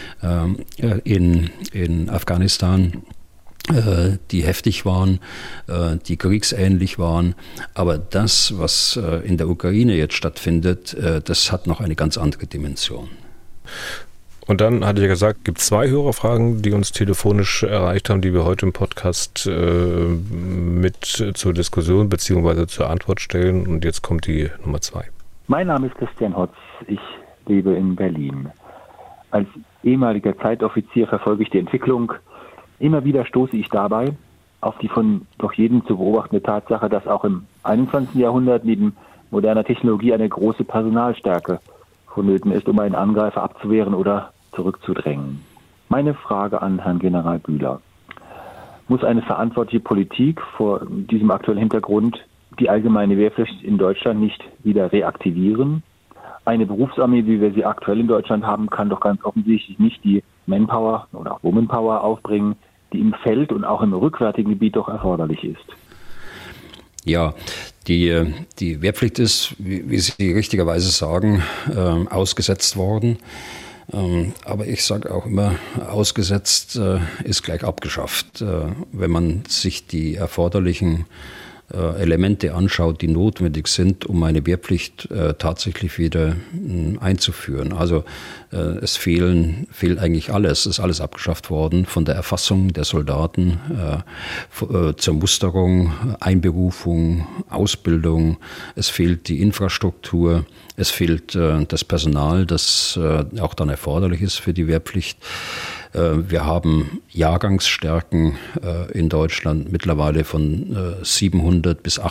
[SPEAKER 3] in Afghanistan, die heftig waren, die kriegsähnlich waren. Aber das, was in der Ukraine jetzt stattfindet, das hat noch eine ganz andere Dimension.
[SPEAKER 2] Und dann, hatte ich ja gesagt, gibt es 2 Hörerfragen, die uns telefonisch erreicht haben, die wir heute im Podcast mit zur Diskussion bzw. zur Antwort stellen. Und jetzt kommt die Nummer 2.
[SPEAKER 5] Mein Name ist Christian Hotz. Ich lebe in Berlin. Als ehemaliger Zeitoffizier verfolge ich die Entwicklung. Immer wieder stoße ich dabei auf die von doch jedem zu beobachtende Tatsache, dass auch im 21. Jahrhundert neben moderner Technologie eine große Personalstärke vonnöten ist, um einen Angreifer abzuwehren oder zurückzudrängen. Meine Frage an Herrn General Bühler: Muss eine verantwortliche Politik vor diesem aktuellen Hintergrund die allgemeine Wehrpflicht in Deutschland nicht wieder reaktivieren? Eine Berufsarmee, wie wir sie aktuell in Deutschland haben, kann doch ganz offensichtlich nicht die Manpower oder auch Womanpower aufbringen, die im Feld und auch im rückwärtigen Gebiet doch erforderlich ist.
[SPEAKER 3] Ja, die Wehrpflicht ist, wie Sie richtigerweise sagen, ausgesetzt worden. Aber ich sage auch immer, ausgesetzt ist gleich abgeschafft. Wenn man sich die erforderlichen Elemente anschaut, die notwendig sind, um eine Wehrpflicht tatsächlich wieder einzuführen. Also es fehlt eigentlich alles. Es ist alles abgeschafft worden, von der Erfassung der Soldaten zur Musterung, Einberufung, Ausbildung. Es fehlt die Infrastruktur, es fehlt das Personal, das auch dann erforderlich ist für die Wehrpflicht. Wir haben Jahrgangsstärken in Deutschland mittlerweile von 700 bis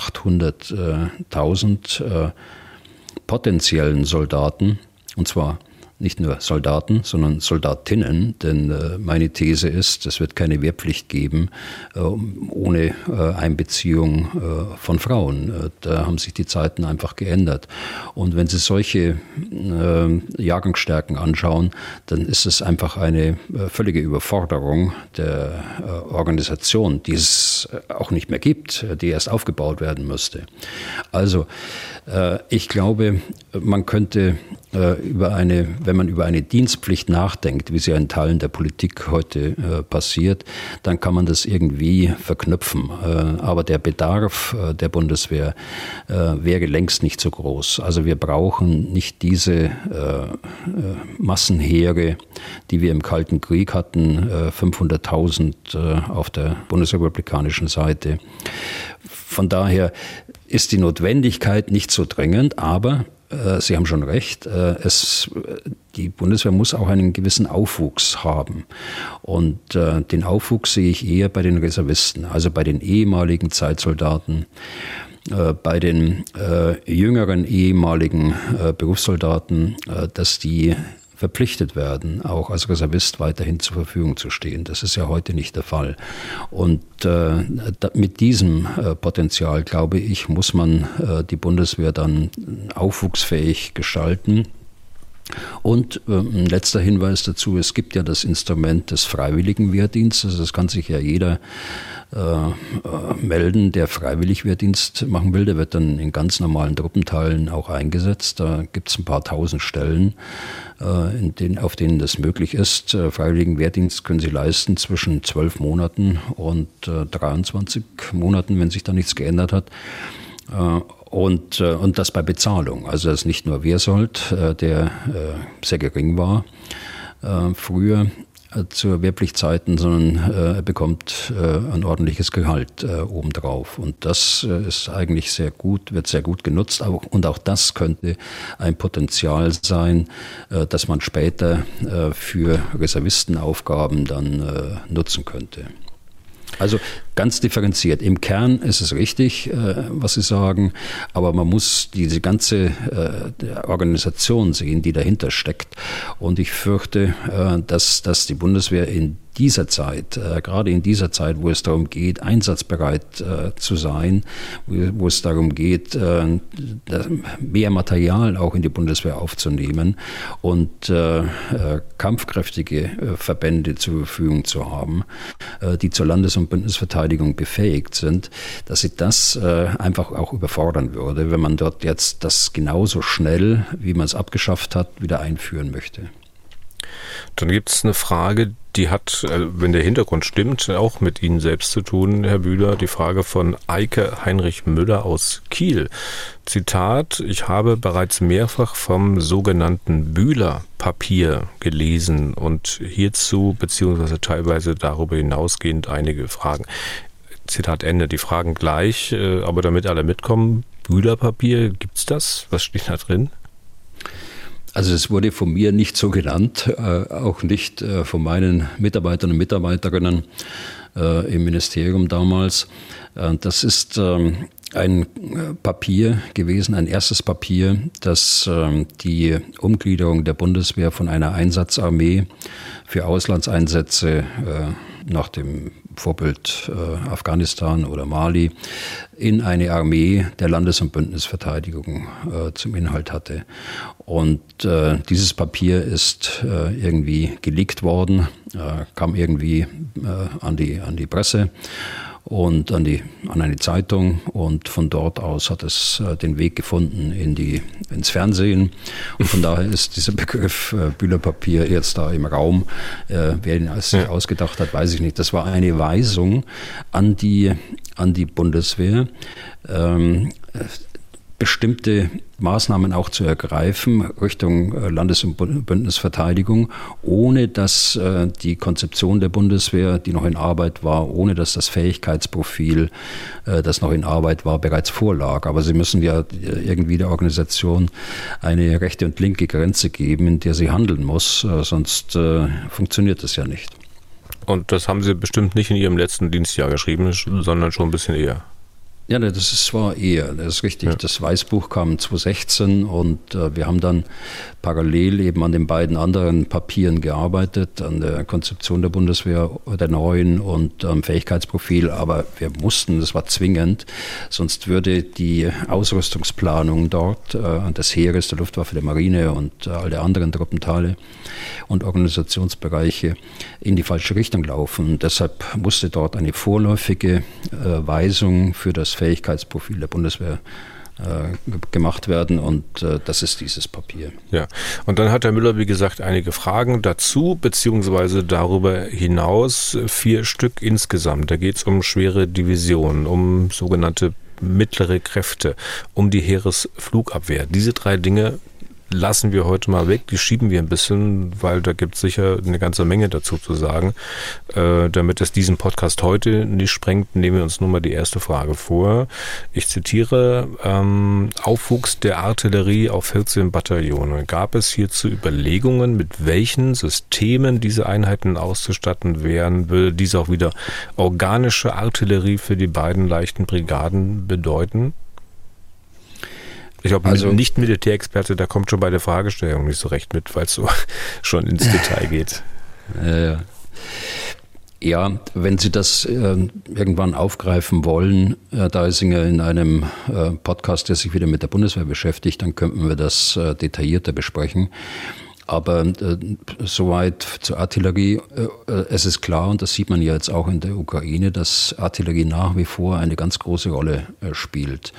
[SPEAKER 3] 800.000 potenziellen Soldaten, und zwar nicht nur Soldaten, sondern Soldatinnen, denn meine These ist, es wird keine Wehrpflicht geben ohne Einbeziehung von Frauen. Da haben sich die Zeiten einfach geändert. Und wenn Sie solche Jahrgangsstärken anschauen, dann ist es einfach eine völlige Überforderung der Organisation, die es auch nicht mehr gibt, die erst aufgebaut werden müsste. Also ich glaube, man könnte wenn man über eine Dienstpflicht nachdenkt, wie sie in Teilen der Politik heute passiert, dann kann man das irgendwie verknüpfen. Aber der Bedarf der Bundeswehr wäre längst nicht so groß. Also wir brauchen nicht diese Massenheere, die wir im Kalten Krieg hatten, 500.000 auf der bundesrepublikanischen Seite. Von daher ist die Notwendigkeit nicht so dringend, aber Sie haben schon recht, die Bundeswehr muss auch einen gewissen Aufwuchs haben. Und den Aufwuchs sehe ich eher bei den Reservisten, also bei den ehemaligen Zeitsoldaten, bei den jüngeren ehemaligen Berufssoldaten, dass die verpflichtet werden, auch als Reservist weiterhin zur Verfügung zu stehen. Das ist ja heute nicht der Fall. Und mit diesem Potenzial, glaube ich, muss man die Bundeswehr dann aufwuchsfähig gestalten. Und ein letzter Hinweis dazu, es gibt ja das Instrument des freiwilligen Wehrdienstes. Das kann sich ja jeder melden, der freiwillig Wehrdienst machen will. Der wird dann in ganz normalen Truppenteilen auch eingesetzt. Da gibt es ein paar tausend Stellen, auf denen das möglich ist. Freiwilligen Wehrdienst können Sie leisten zwischen 12 Monaten und 23 Monaten, wenn sich da nichts geändert hat. Und das bei Bezahlung. Also das ist nicht nur Wehrsold, der sehr gering war früher zur Wehrpflichtzeiten, sondern er bekommt ein ordentliches Gehalt obendrauf. Und das ist eigentlich sehr gut, wird sehr gut genutzt. Und auch das könnte ein Potenzial sein, das man später für Reservistenaufgaben dann nutzen könnte. Also ganz differenziert. Im Kern ist es richtig, was Sie sagen, aber man muss diese ganze Organisation sehen, die dahinter steckt. Und ich fürchte, dass die Bundeswehr in dieser Zeit, gerade in dieser Zeit, wo es darum geht, einsatzbereit zu sein, wo es darum geht, mehr Material auch in die Bundeswehr aufzunehmen und kampfkräftige Verbände zur Verfügung zu haben, die zur Landes- und Bündnisverteidigung befähigt sind, dass sie das einfach auch überfordern würde, wenn man dort jetzt das genauso schnell, wie man es abgeschafft hat, wieder einführen möchte.
[SPEAKER 2] Dann gibt es eine Frage, die hat, wenn der Hintergrund stimmt, auch mit Ihnen selbst zu tun, Herr Bühler. Die Frage von Eike Heinrich Müller aus Kiel. Zitat: Ich habe bereits mehrfach vom sogenannten Bühler-Papier gelesen und hierzu beziehungsweise teilweise darüber hinausgehend einige Fragen. Zitat Ende. Die Fragen gleich, aber damit alle mitkommen. Bühler-Papier, gibt's das? Was steht da drin?
[SPEAKER 3] Also es wurde von mir nicht so genannt, auch nicht von meinen Mitarbeitern und Mitarbeiterinnen im Ministerium damals. Das ist ein Papier gewesen, ein erstes Papier, das die Umgliederung der Bundeswehr von einer Einsatzarmee für Auslandseinsätze nach dem Vorbild Afghanistan oder Mali in eine Armee der Landes- und Bündnisverteidigung zum Inhalt hatte. Und dieses Papier ist irgendwie geleakt worden, kam irgendwie an die Presse und an eine Zeitung, und von dort aus hat es den Weg gefunden ins Fernsehen, und von daher ist dieser Begriff Bühler-Papier jetzt da im Raum. Wer ihn sich ausgedacht hat, weiß ich nicht. Das war eine Weisung an die Bundeswehr, bestimmte Maßnahmen auch zu ergreifen Richtung Landes- und Bündnisverteidigung, ohne dass die Konzeption der Bundeswehr, die noch in Arbeit war, ohne dass das Fähigkeitsprofil, das noch in Arbeit war, bereits vorlag. Aber Sie müssen ja irgendwie der Organisation eine rechte und linke Grenze geben, in der sie handeln muss, sonst funktioniert das ja nicht.
[SPEAKER 2] Und das haben Sie bestimmt nicht in Ihrem letzten Dienstjahr geschrieben, sondern schon ein bisschen eher.
[SPEAKER 3] Ja, das war eher, das ist richtig. Ja. Das Weißbuch kam 2016 und wir haben dann parallel eben an den beiden anderen Papieren gearbeitet, an der Konzeption der Bundeswehr, der neuen und am Fähigkeitsprofil. Aber wir mussten, das war zwingend, sonst würde die Ausrüstungsplanung dort des Heeres, der Luftwaffe, der Marine und all der anderen Truppenteile und Organisationsbereiche in die falsche Richtung laufen. Und deshalb musste dort eine vorläufige Weisung für das Fähigkeitsprofil der Bundeswehr gemacht werden und das ist dieses Papier.
[SPEAKER 2] Ja, und dann hat Herr Müller, wie gesagt, einige Fragen dazu, beziehungsweise darüber hinaus 4 Stück insgesamt. Da geht es um schwere Divisionen, um sogenannte mittlere Kräfte, um die Heeresflugabwehr. Diese 3 Dinge lassen wir heute mal weg, die schieben wir ein bisschen, weil da gibt es sicher eine ganze Menge dazu zu sagen. Damit es diesen Podcast heute nicht sprengt, nehmen wir uns nun mal die erste Frage vor. Ich zitiere, Aufwuchs der Artillerie auf 14 Bataillone. Gab es hierzu Überlegungen, mit welchen Systemen diese Einheiten auszustatten wären? Würde dies auch wieder organische Artillerie für die beiden leichten Brigaden bedeuten? Ich glaube, also nicht Militärexperte, da kommt schon bei der Fragestellung nicht so recht mit, weil es so schon ins Detail geht.
[SPEAKER 3] Ja, wenn Sie das irgendwann aufgreifen wollen, Deisinger, in einem Podcast, der sich wieder mit der Bundeswehr beschäftigt, dann könnten wir das detaillierter besprechen. Aber soweit zur Artillerie, es ist klar, und das sieht man ja jetzt auch in der Ukraine, dass Artillerie nach wie vor eine ganz große Rolle spielt.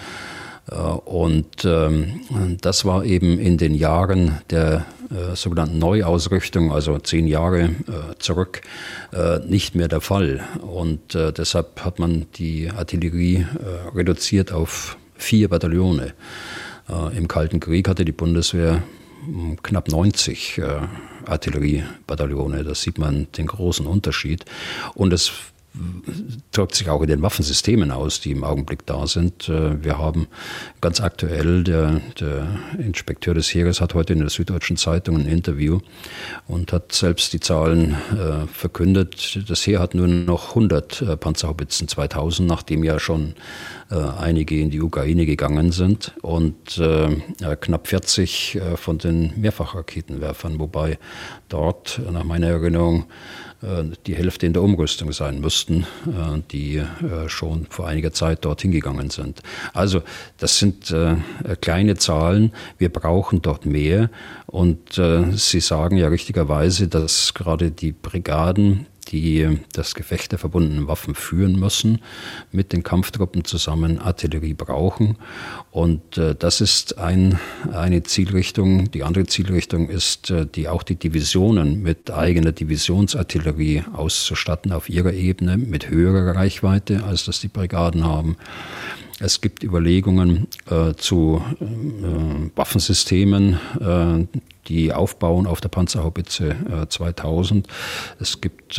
[SPEAKER 3] Und das war eben in den Jahren der sogenannten Neuausrichtung, also 10 Jahre zurück, nicht mehr der Fall. Und deshalb hat man die Artillerie reduziert auf 4 Bataillone. Im Kalten Krieg hatte die Bundeswehr knapp 90 Artilleriebataillone. Da sieht man den großen Unterschied. Und es drückt sich auch in den Waffensystemen aus, die im Augenblick da sind. Wir haben ganz aktuell, der Inspekteur des Heeres hat heute in der Süddeutschen Zeitung ein Interview und hat selbst die Zahlen verkündet. Das Heer hat nur noch 100 Panzerhaubitzen 2000, nachdem ja schon einige in die Ukraine gegangen sind und knapp 40 von den Mehrfachraketenwerfern, wobei dort nach meiner Erinnerung die Hälfte in der Umrüstung sein müssten, die schon vor einiger Zeit dorthin gegangen sind. Also das sind kleine Zahlen, wir brauchen dort mehr und Sie sagen ja richtigerweise, dass gerade die Brigaden, die das Gefecht der verbundenen Waffen führen müssen, mit den Kampftruppen zusammen Artillerie brauchen. Und das ist eine Zielrichtung. Die andere Zielrichtung ist, auch die Divisionen mit eigener Divisionsartillerie auszustatten auf ihrer Ebene, mit höherer Reichweite, als das die Brigaden haben. Es gibt Überlegungen zu Waffensystemen, die aufbauen auf der Panzerhaubitze 2000. Es gibt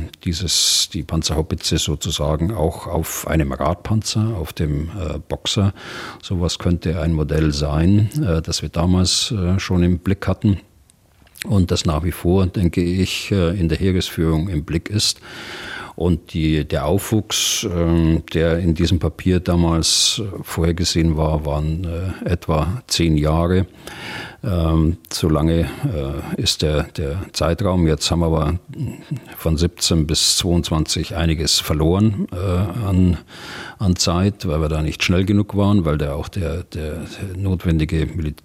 [SPEAKER 3] die Panzerhaubitze sozusagen auch auf einem Radpanzer, auf dem Boxer. Sowas könnte ein Modell sein, das wir damals schon im Blick hatten und das nach wie vor, denke ich, in der Heeresführung im Blick ist. Und der Aufwuchs, der in diesem Papier damals vorhergesehen war, waren etwa 10 Jahre. So lange ist der Zeitraum. Jetzt haben wir aber von 17 bis 22 einiges verloren an Zeit, weil wir da nicht schnell genug waren, weil der notwendige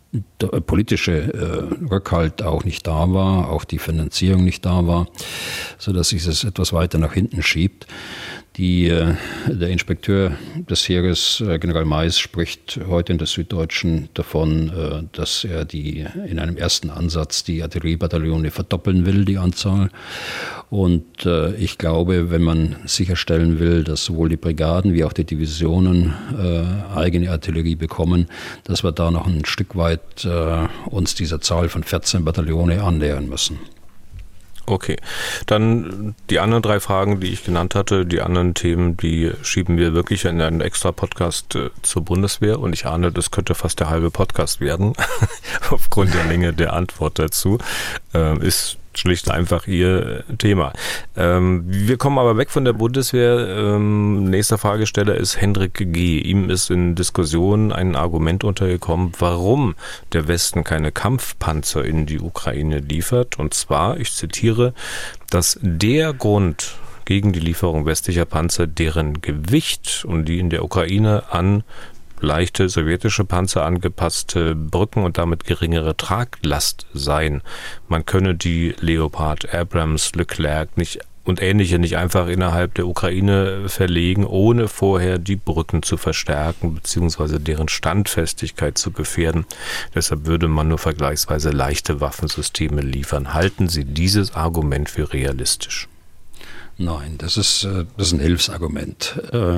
[SPEAKER 3] politische Rückhalt auch nicht da war, auch die Finanzierung nicht da war, sodass sich das etwas weiter nach hinten schiebt. Der Inspekteur des Heeres, General Mais, spricht heute in der Süddeutschen davon, dass er in einem ersten Ansatz die Artilleriebataillone verdoppeln will, die Anzahl. Und ich glaube, wenn man sicherstellen will, dass sowohl die Brigaden wie auch die Divisionen eigene Artillerie bekommen, dass wir da noch ein Stück weit uns dieser Zahl von 14 Bataillone annähern müssen.
[SPEAKER 2] Okay, dann die anderen 3 Fragen, die ich genannt hatte, die anderen Themen, die schieben wir wirklich in einen extra Podcast zur Bundeswehr und ich ahne, das könnte fast der halbe Podcast werden, aufgrund der Länge der Antwort dazu, ist schlicht einfach Ihr Thema. Wir kommen aber weg von der Bundeswehr. Nächster Fragesteller ist Hendrik G. Ihm ist in Diskussionen ein Argument untergekommen, warum der Westen keine Kampfpanzer in die Ukraine liefert. Und zwar, ich zitiere, dass der Grund gegen die Lieferung westlicher Panzer deren Gewicht und die in der Ukraine an leichte sowjetische Panzer angepasste Brücken und damit geringere Traglast seien. Man könne die Leopard, Abrams, Leclerc und ähnliche nicht einfach innerhalb der Ukraine verlegen, ohne vorher die Brücken zu verstärken bzw. deren Standfestigkeit zu gefährden. Deshalb würde man nur vergleichsweise leichte Waffensysteme liefern. Halten Sie dieses Argument für realistisch?
[SPEAKER 3] Nein, das ist ein Hilfsargument.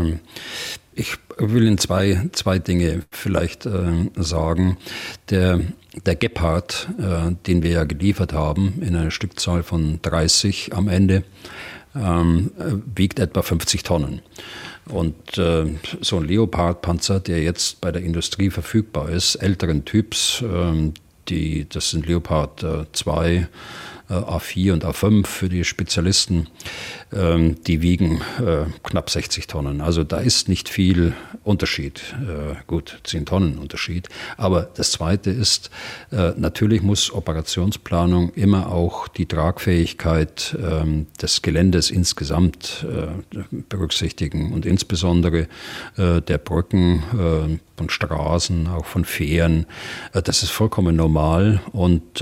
[SPEAKER 3] Ich will Ihnen zwei Dinge vielleicht sagen. Der Gepard, den wir ja geliefert haben, in einer Stückzahl von 30 am Ende, wiegt etwa 50 Tonnen. Und so ein Leopard-Panzer, der jetzt bei der Industrie verfügbar ist, älteren Typs, das sind Leopard 2, A4 und A5 für die Spezialisten, die wiegen knapp 60 Tonnen. Also da ist nicht viel Unterschied, gut 10 Tonnen Unterschied. Aber das Zweite ist, natürlich muss Operationsplanung immer auch die Tragfähigkeit des Geländes insgesamt berücksichtigen und insbesondere der Brücken, von Straßen, auch von Fähren. Das ist vollkommen normal und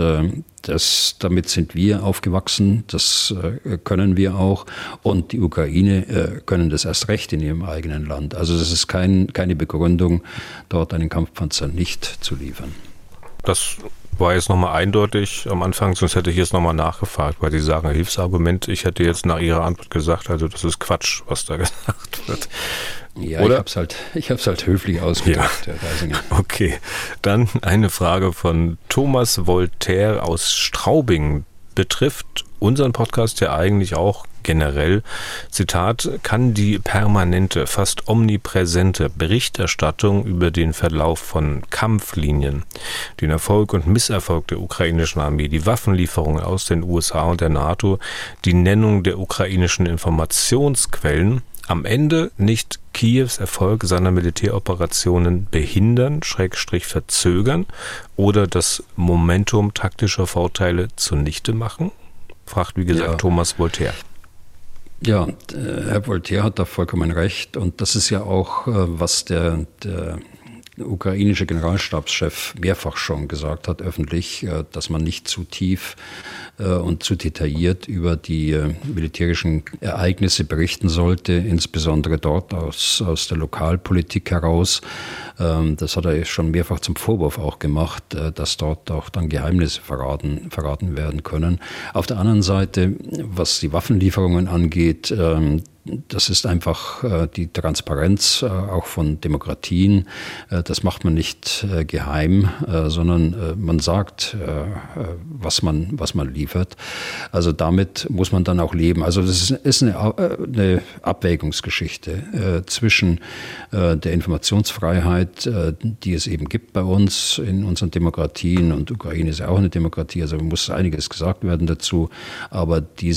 [SPEAKER 3] damit sind wir aufgewachsen, das können wir auch und die Ukraine können das erst recht in ihrem eigenen Land. Also das ist keine Begründung, dort einen Kampfpanzer nicht zu liefern.
[SPEAKER 2] Das war jetzt nochmal eindeutig am Anfang, sonst hätte ich jetzt nochmal nachgefragt, weil Sie sagen, Hilfsargument. Ich hätte jetzt nach Ihrer Antwort gesagt, also das ist Quatsch, was da gesagt wird.
[SPEAKER 3] Ja, oder? Ich hab's halt höflich ausgedrückt, Herr Reisinger.
[SPEAKER 2] Okay, dann eine Frage von Thomas Voltaire aus Straubing. Betrifft unseren Podcast ja eigentlich auch generell. Zitat, kann die permanente, fast omnipräsente Berichterstattung über den Verlauf von Kampflinien, den Erfolg und Misserfolg der ukrainischen Armee, die Waffenlieferungen aus den USA und der NATO, die Nennung der ukrainischen Informationsquellen am Ende nicht Kiews Erfolg seiner Militäroperationen behindern, verzögern oder das Momentum taktischer Vorteile zunichte machen? Fragt, wie gesagt, Thomas Voltaire.
[SPEAKER 3] Ja, Herr Voltaire hat da vollkommen recht. Und das ist ja auch, was der ukrainische Generalstabschef mehrfach schon gesagt hat, öffentlich, dass man nicht zu tief und zu detailliert über die militärischen Ereignisse berichten sollte, insbesondere dort aus der Lokalpolitik heraus. Das hat er schon mehrfach zum Vorwurf auch gemacht, dass dort auch dann Geheimnisse verraten werden können. Auf der anderen Seite, was die Waffenlieferungen angeht, das ist einfach die Transparenz auch von Demokratien. Das macht man nicht geheim, sondern man sagt, was man liefert. Also damit muss man dann auch leben. Also das ist eine Abwägungsgeschichte zwischen der Informationsfreiheit, die es eben gibt bei uns in unseren Demokratien, und Ukraine ist ja auch eine Demokratie, also muss einiges gesagt werden dazu. Aber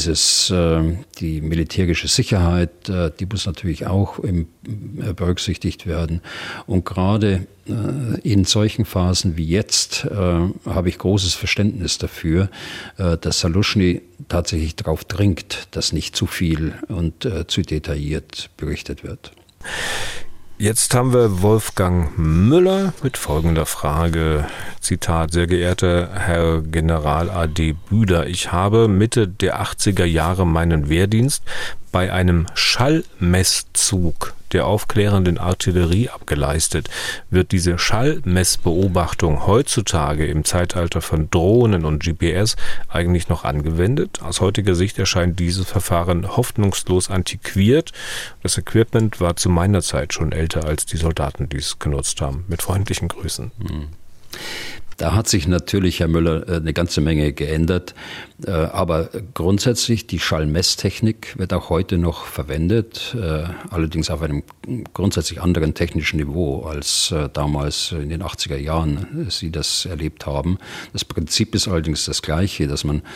[SPEAKER 3] die militärische Sicherheit, die muss natürlich auch berücksichtigt werden. Und gerade in solchen Phasen wie jetzt habe ich großes Verständnis dafür, dass Saluschny tatsächlich darauf dringt, dass nicht zu viel und zu detailliert berichtet wird.
[SPEAKER 2] Jetzt haben wir Wolfgang Müller mit folgender Frage. Zitat: Sehr geehrter Herr General A.D. Bühler, ich habe Mitte der 80er Jahre meinen Wehrdienst bei einem Schallmesszug der aufklärenden Artillerie abgeleistet. Wird diese Schallmessbeobachtung heutzutage im Zeitalter von Drohnen und GPS eigentlich noch angewendet? Aus heutiger Sicht erscheint dieses Verfahren hoffnungslos antiquiert. Das Equipment war zu meiner Zeit schon älter als die Soldaten, die es genutzt haben. Mit freundlichen Grüßen.
[SPEAKER 3] Da hat sich natürlich, Herr Müller, eine ganze Menge geändert. Aber grundsätzlich, die Schallmesstechnik wird auch heute noch verwendet, allerdings auf einem grundsätzlich anderen technischen Niveau als damals in den 80er Jahren Sie das erlebt haben. Das Prinzip ist allerdings das gleiche, dass man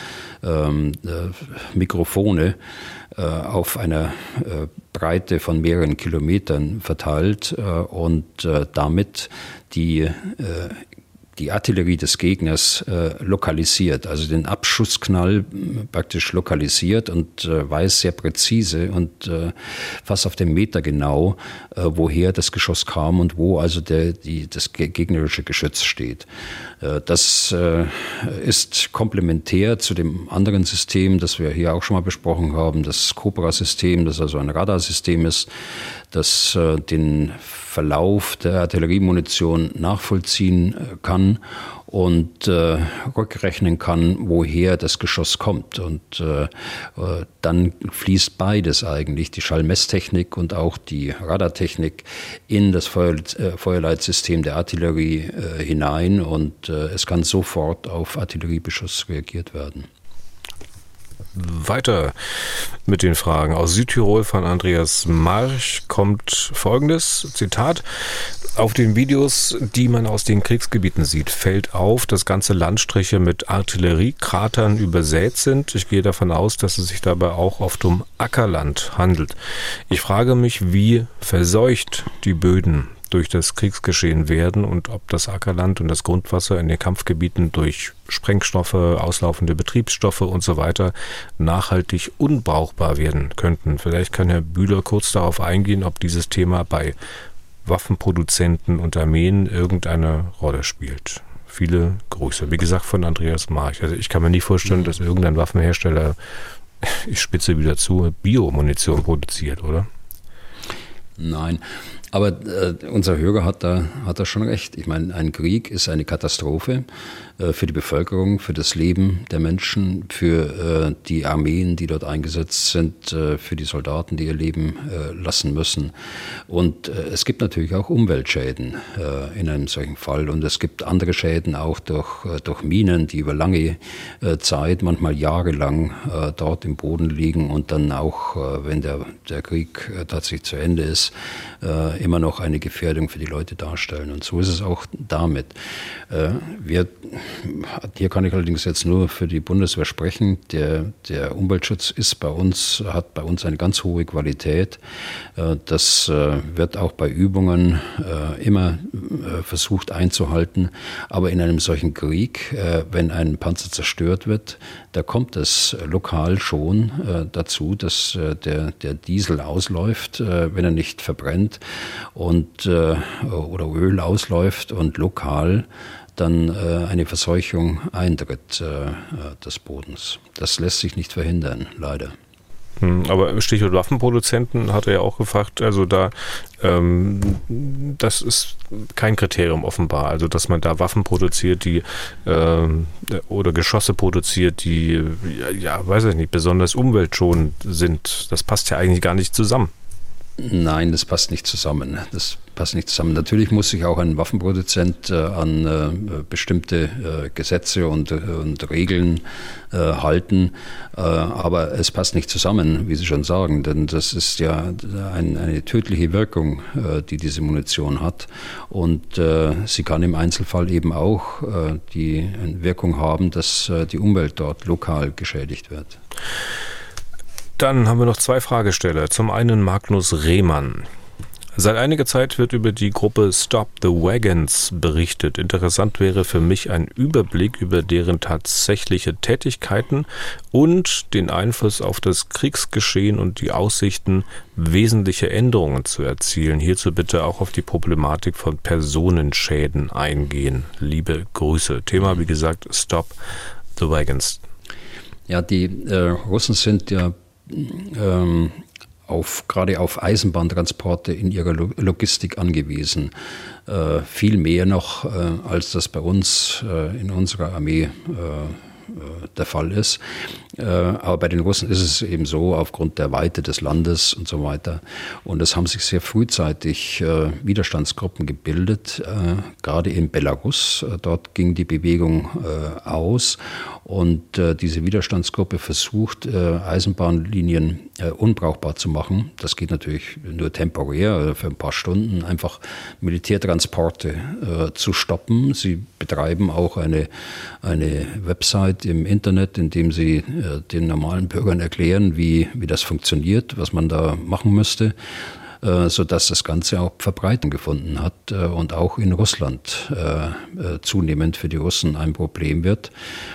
[SPEAKER 3] Mikrofone auf einer Breite von mehreren Kilometern verteilt und damit die Artillerie des Gegners lokalisiert, also den Abschussknall praktisch lokalisiert und weiß sehr präzise und fast auf den Meter genau, woher das Geschoss kam und wo also das gegnerische Geschütz steht. Das ist komplementär zu dem anderen System, das wir hier auch schon mal besprochen haben, das Cobra-System, das also ein Radarsystem ist, das den Verlauf der Artilleriemunition nachvollziehen kann und rückrechnen kann, woher das Geschoss kommt. Und dann fließt beides eigentlich, die Schallmesstechnik und auch die Radartechnik, in das Feuerleitsystem der Artillerie hinein und es kann sofort auf Artilleriebeschuss reagiert werden.
[SPEAKER 2] Weiter mit den Fragen. Aus Südtirol von Andreas March kommt folgendes Zitat: Auf den Videos, die man aus den Kriegsgebieten sieht, fällt auf, dass ganze Landstriche mit Artilleriekratern übersät sind. Ich gehe davon aus, dass es sich dabei auch oft um Ackerland handelt. Ich frage mich, wie verseucht die Böden durch das Kriegsgeschehen werden und ob das Ackerland und das Grundwasser in den Kampfgebieten durch Sprengstoffe, auslaufende Betriebsstoffe und so weiter nachhaltig unbrauchbar werden könnten. Vielleicht kann Herr Bühler kurz darauf eingehen, ob dieses Thema bei Waffenproduzenten und Armeen irgendeine Rolle spielt. Viele Grüße. Wie gesagt, von Andreas March. Also ich kann mir nicht vorstellen, dass irgendein Waffenhersteller, ich spitze wieder zu, Biomunition produziert, oder?
[SPEAKER 3] Nein. Aber unser Hörer hat da schon recht. Ich meine, ein Krieg ist eine Katastrophe für die Bevölkerung, für das Leben der Menschen, für die Armeen, die dort eingesetzt sind, für die Soldaten, die ihr Leben lassen müssen. Und es gibt natürlich auch Umweltschäden in einem solchen Fall. Und es gibt andere Schäden auch durch Minen, die über lange Zeit, manchmal jahrelang dort im Boden liegen und dann auch, wenn der Krieg tatsächlich zu Ende ist, immer noch eine Gefährdung für die Leute darstellen. Und so ist es auch damit. Hier kann ich allerdings jetzt nur für die Bundeswehr sprechen. Der Umweltschutz hat bei uns eine ganz hohe Qualität. Das wird auch bei Übungen immer versucht einzuhalten. Aber in einem solchen Krieg, wenn ein Panzer zerstört wird, da kommt es lokal schon dazu, dass der Diesel ausläuft, wenn er nicht verbrennt oder Öl ausläuft und lokal dann eine Verseuchung eintritt des Bodens. Das lässt sich nicht verhindern, leider.
[SPEAKER 2] Aber Stichwort Waffenproduzenten hat er ja auch gefragt, also das ist kein Kriterium offenbar, also dass man da Waffen produziert, die oder Geschosse produziert, die, weiß ich nicht, besonders umweltschonend sind. Das passt ja eigentlich gar nicht zusammen.
[SPEAKER 3] Nein, das passt nicht zusammen. Natürlich muss sich auch ein Waffenproduzent an bestimmte Gesetze und Regeln halten, aber es passt nicht zusammen, wie Sie schon sagen, denn das ist ja eine tödliche Wirkung, die diese Munition hat und sie kann im Einzelfall eben auch die Wirkung haben, dass die Umwelt dort lokal geschädigt wird. Dann
[SPEAKER 2] haben wir noch zwei Fragesteller. Zum einen Magnus Rehmann. Seit einiger Zeit wird über die Gruppe Stop the Wagons berichtet. Interessant wäre für mich ein Überblick über deren tatsächliche Tätigkeiten und den Einfluss auf das Kriegsgeschehen und die Aussichten, wesentliche Änderungen zu erzielen. Hierzu bitte auch auf die Problematik von Personenschäden eingehen. Liebe Grüße. Thema, wie gesagt, Stop the Wagons.
[SPEAKER 3] Ja, die Russen sind ja gerade auf Eisenbahntransporte in ihrer Logistik angewiesen. Viel mehr noch, als das bei uns in unserer Armee der Fall ist. Aber bei den Russen ist es eben so, aufgrund der Weite des Landes und so weiter. Und es haben sich sehr frühzeitig Widerstandsgruppen gebildet, gerade in Belarus. Dort ging die Bewegung aus. Und diese Widerstandsgruppe versucht, Eisenbahnlinien unbrauchbar zu machen. Das geht natürlich nur temporär, für ein paar Stunden, einfach Militärtransporte zu stoppen. Sie betreiben auch eine Website im Internet, in dem sie den normalen Bürgern erklären, wie das funktioniert, was man da machen müsste, sodass das Ganze auch Verbreitung gefunden hat und auch in Russland zunehmend für die Russen ein Problem wird.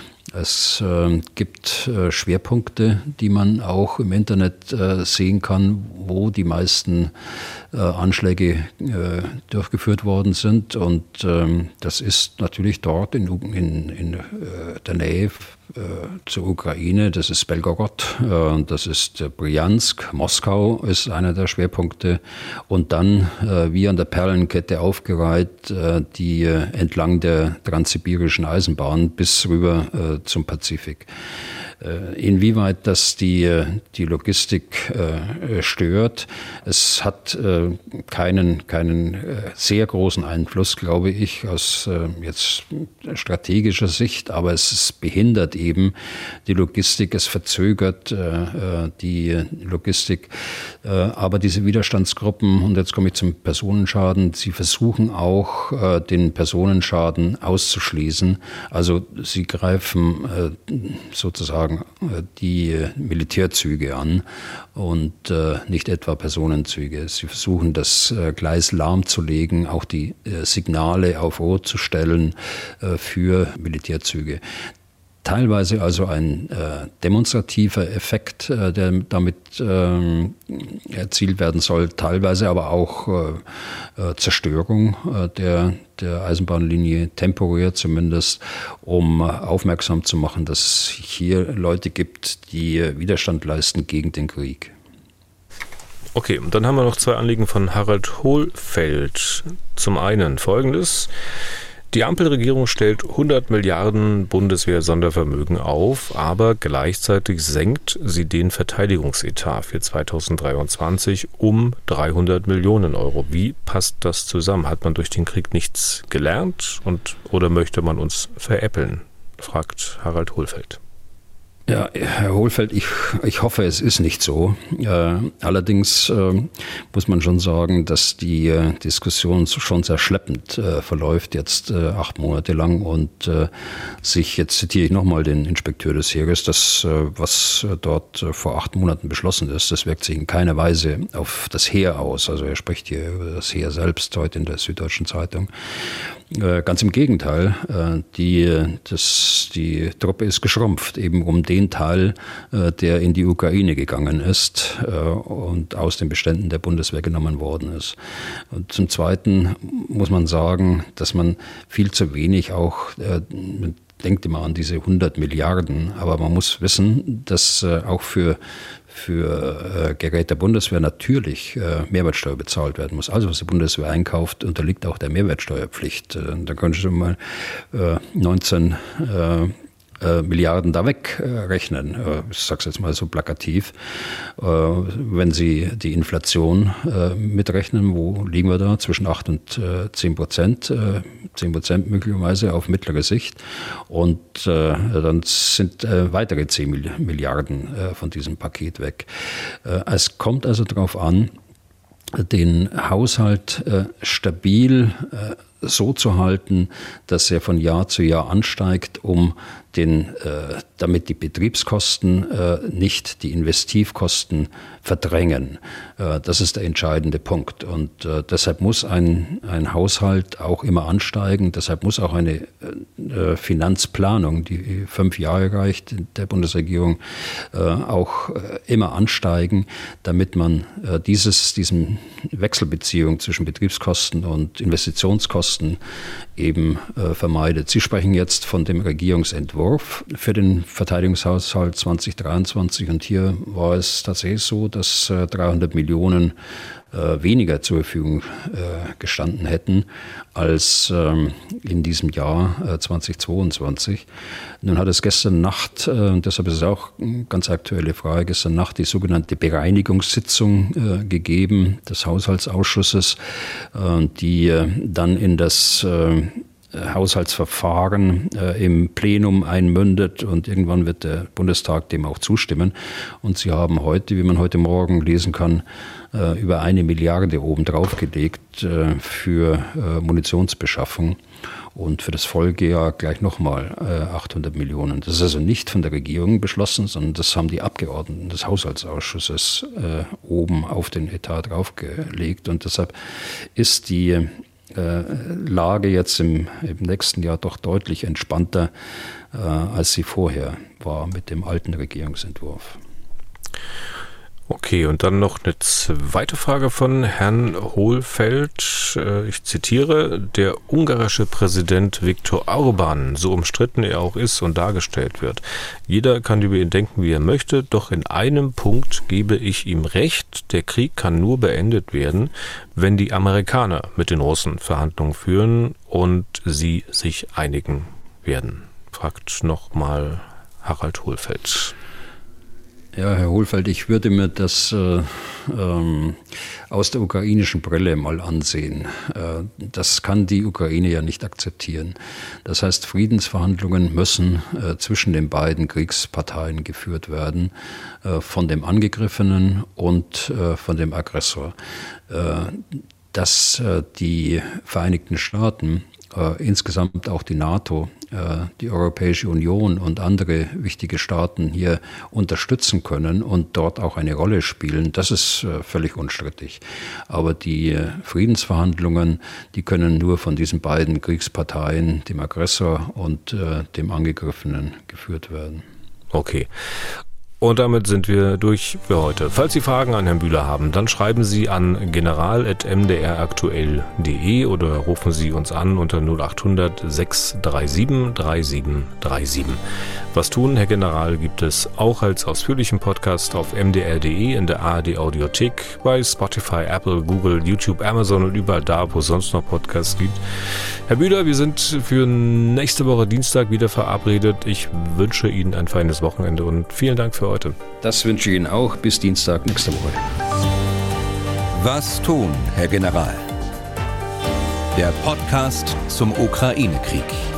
[SPEAKER 3] Es gibt Schwerpunkte, die man auch im Internet sehen kann, wo die meisten Anschläge durchgeführt worden sind. Und das ist natürlich dort in der Nähe zur Ukraine. Das ist Belgorod, das ist Bryansk, Moskau ist einer der Schwerpunkte. Und dann wie an der Perlenkette aufgereiht, die entlang der transsibirischen Eisenbahn bis rüber zum Pazifik. Inwieweit das die Logistik stört, es hat keinen sehr großen Einfluss, glaube ich, aus jetzt strategischer Sicht, aber es behindert eben die Logistik, es verzögert die Logistik. Aber diese Widerstandsgruppen, und jetzt komme ich zum Personenschaden, sie versuchen auch, den Personenschaden auszuschließen. Also sie greifen sozusagen die Militärzüge an und nicht etwa Personenzüge. Sie versuchen, das Gleis lahmzulegen, auch die Signale auf Rot zu stellen für Militärzüge. Teilweise also ein demonstrativer Effekt, der damit erzielt werden soll, teilweise aber auch Zerstörung der Eisenbahnlinie, temporär zumindest, um aufmerksam zu machen, dass es hier Leute gibt, die Widerstand leisten gegen den Krieg.
[SPEAKER 2] Okay, und dann haben wir noch zwei Anliegen von Harald Hohlfeld. Zum einen Folgendes. Die Ampelregierung stellt 100 Milliarden Bundeswehr-Sondervermögen auf, aber gleichzeitig senkt sie den Verteidigungsetat für 2023 um 300 Millionen Euro. Wie passt das zusammen? Hat man durch den Krieg nichts gelernt oder möchte man uns veräppeln? Fragt Harald Hohlfeld.
[SPEAKER 3] Ja, Herr Hohlfeld, ich hoffe, es ist nicht so. Allerdings muss man schon sagen, dass die Diskussion schon sehr schleppend verläuft, jetzt 8 Monate lang und sich, jetzt zitiere ich nochmal den Inspekteur des Heeres, das, was dort vor 8 Monaten beschlossen ist, das wirkt sich in keiner Weise auf das Heer aus. Also er spricht hier über das Heer selbst heute in der Süddeutschen Zeitung. Ganz im Gegenteil, die Truppe ist geschrumpft, eben um den Teil, der in die Ukraine gegangen ist und aus den Beständen der Bundeswehr genommen worden ist. Und zum Zweiten muss man sagen, dass man viel zu wenig auch denkt immer an diese 100 Milliarden, aber man muss wissen, dass auch für Gerät der Bundeswehr natürlich Mehrwertsteuer bezahlt werden muss. Also was die Bundeswehr einkauft, unterliegt auch der Mehrwertsteuerpflicht. Da können Sie schon mal 19 Milliarden da wegrechnen. Ich sage es jetzt mal so plakativ. Wenn Sie die Inflation mitrechnen, wo liegen wir da? Zwischen 8 und 10%. 10% möglicherweise auf mittlere Sicht. Und dann sind weitere 10 Milliarden von diesem Paket weg. Es kommt also darauf an, den Haushalt stabil so zu halten, dass er von Jahr zu Jahr ansteigt, damit die Betriebskosten nicht die Investivkosten verdrängen. Das ist der entscheidende Punkt. Und deshalb muss ein Haushalt auch immer ansteigen. Deshalb muss auch eine Finanzplanung, die 5 Jahre reicht, der Bundesregierung auch immer ansteigen, damit man diesen Wechselbeziehung zwischen Betriebskosten und Investitionskosten eben vermeidet. Sie sprechen jetzt von dem Regierungsentwurf für den Verteidigungshaushalt 2023 und hier war es tatsächlich so, dass 300 Millionen weniger zur Verfügung gestanden hätten als in diesem Jahr 2022. Nun hat es gestern Nacht, deshalb ist es auch eine ganz aktuelle Frage, gestern Nacht die sogenannte Bereinigungssitzung gegeben des Haushaltsausschusses, die dann in das Haushaltsverfahren im Plenum einmündet und irgendwann wird der Bundestag dem auch zustimmen. Und sie haben heute, wie man heute Morgen lesen kann, über 1 Milliarde obendrauf gelegt für Munitionsbeschaffung und für das Folgejahr gleich nochmal 800 Millionen. Das ist also nicht von der Regierung beschlossen, sondern das haben die Abgeordneten des Haushaltsausschusses oben auf den Etat draufgelegt und deshalb ist die Lage jetzt im nächsten Jahr doch deutlich entspannter, als sie vorher war mit dem alten Regierungsentwurf.
[SPEAKER 2] Okay, und dann noch eine zweite Frage von Herrn Hohlfeld. Ich zitiere: Der ungarische Präsident Viktor Orbán, so umstritten er auch ist und dargestellt wird. Jeder kann über ihn denken, wie er möchte, doch in einem Punkt gebe ich ihm recht: Der Krieg kann nur beendet werden, wenn die Amerikaner mit den Russen Verhandlungen führen und sie sich einigen werden. Fragt nochmal Harald Hohlfeld.
[SPEAKER 3] Ja, Herr Hohlfeld, ich würde mir das aus der ukrainischen Brille mal ansehen. Das kann die Ukraine ja nicht akzeptieren. Das heißt, Friedensverhandlungen müssen zwischen den beiden Kriegsparteien geführt werden, von dem Angegriffenen und von dem Aggressor. Dass die Vereinigten Staaten, insgesamt auch die NATO, die Europäische Union und andere wichtige Staaten hier unterstützen können und dort auch eine Rolle spielen, das ist völlig unstrittig. Aber die Friedensverhandlungen, die können nur von diesen beiden Kriegsparteien, dem Aggressor und dem Angegriffenen, geführt werden.
[SPEAKER 2] Okay. Und damit sind wir durch für heute. Falls Sie Fragen an Herrn Bühler haben, dann schreiben Sie an general@mdraktuell.de oder rufen Sie uns an unter 0800 637 3737. Was tun, Herr General, gibt es auch als ausführlichen Podcast auf mdr.de, in der ARD Audiothek, bei Spotify, Apple, Google, YouTube, Amazon und überall da, wo es sonst noch Podcasts gibt. Herr Bühler, wir sind für nächste Woche Dienstag wieder verabredet. Ich wünsche Ihnen ein feines Wochenende und vielen Dank für heute.
[SPEAKER 3] Das wünsche ich Ihnen auch. Bis Dienstag nächste Woche.
[SPEAKER 1] Was tun, Herr General? Der Podcast zum Ukraine-Krieg.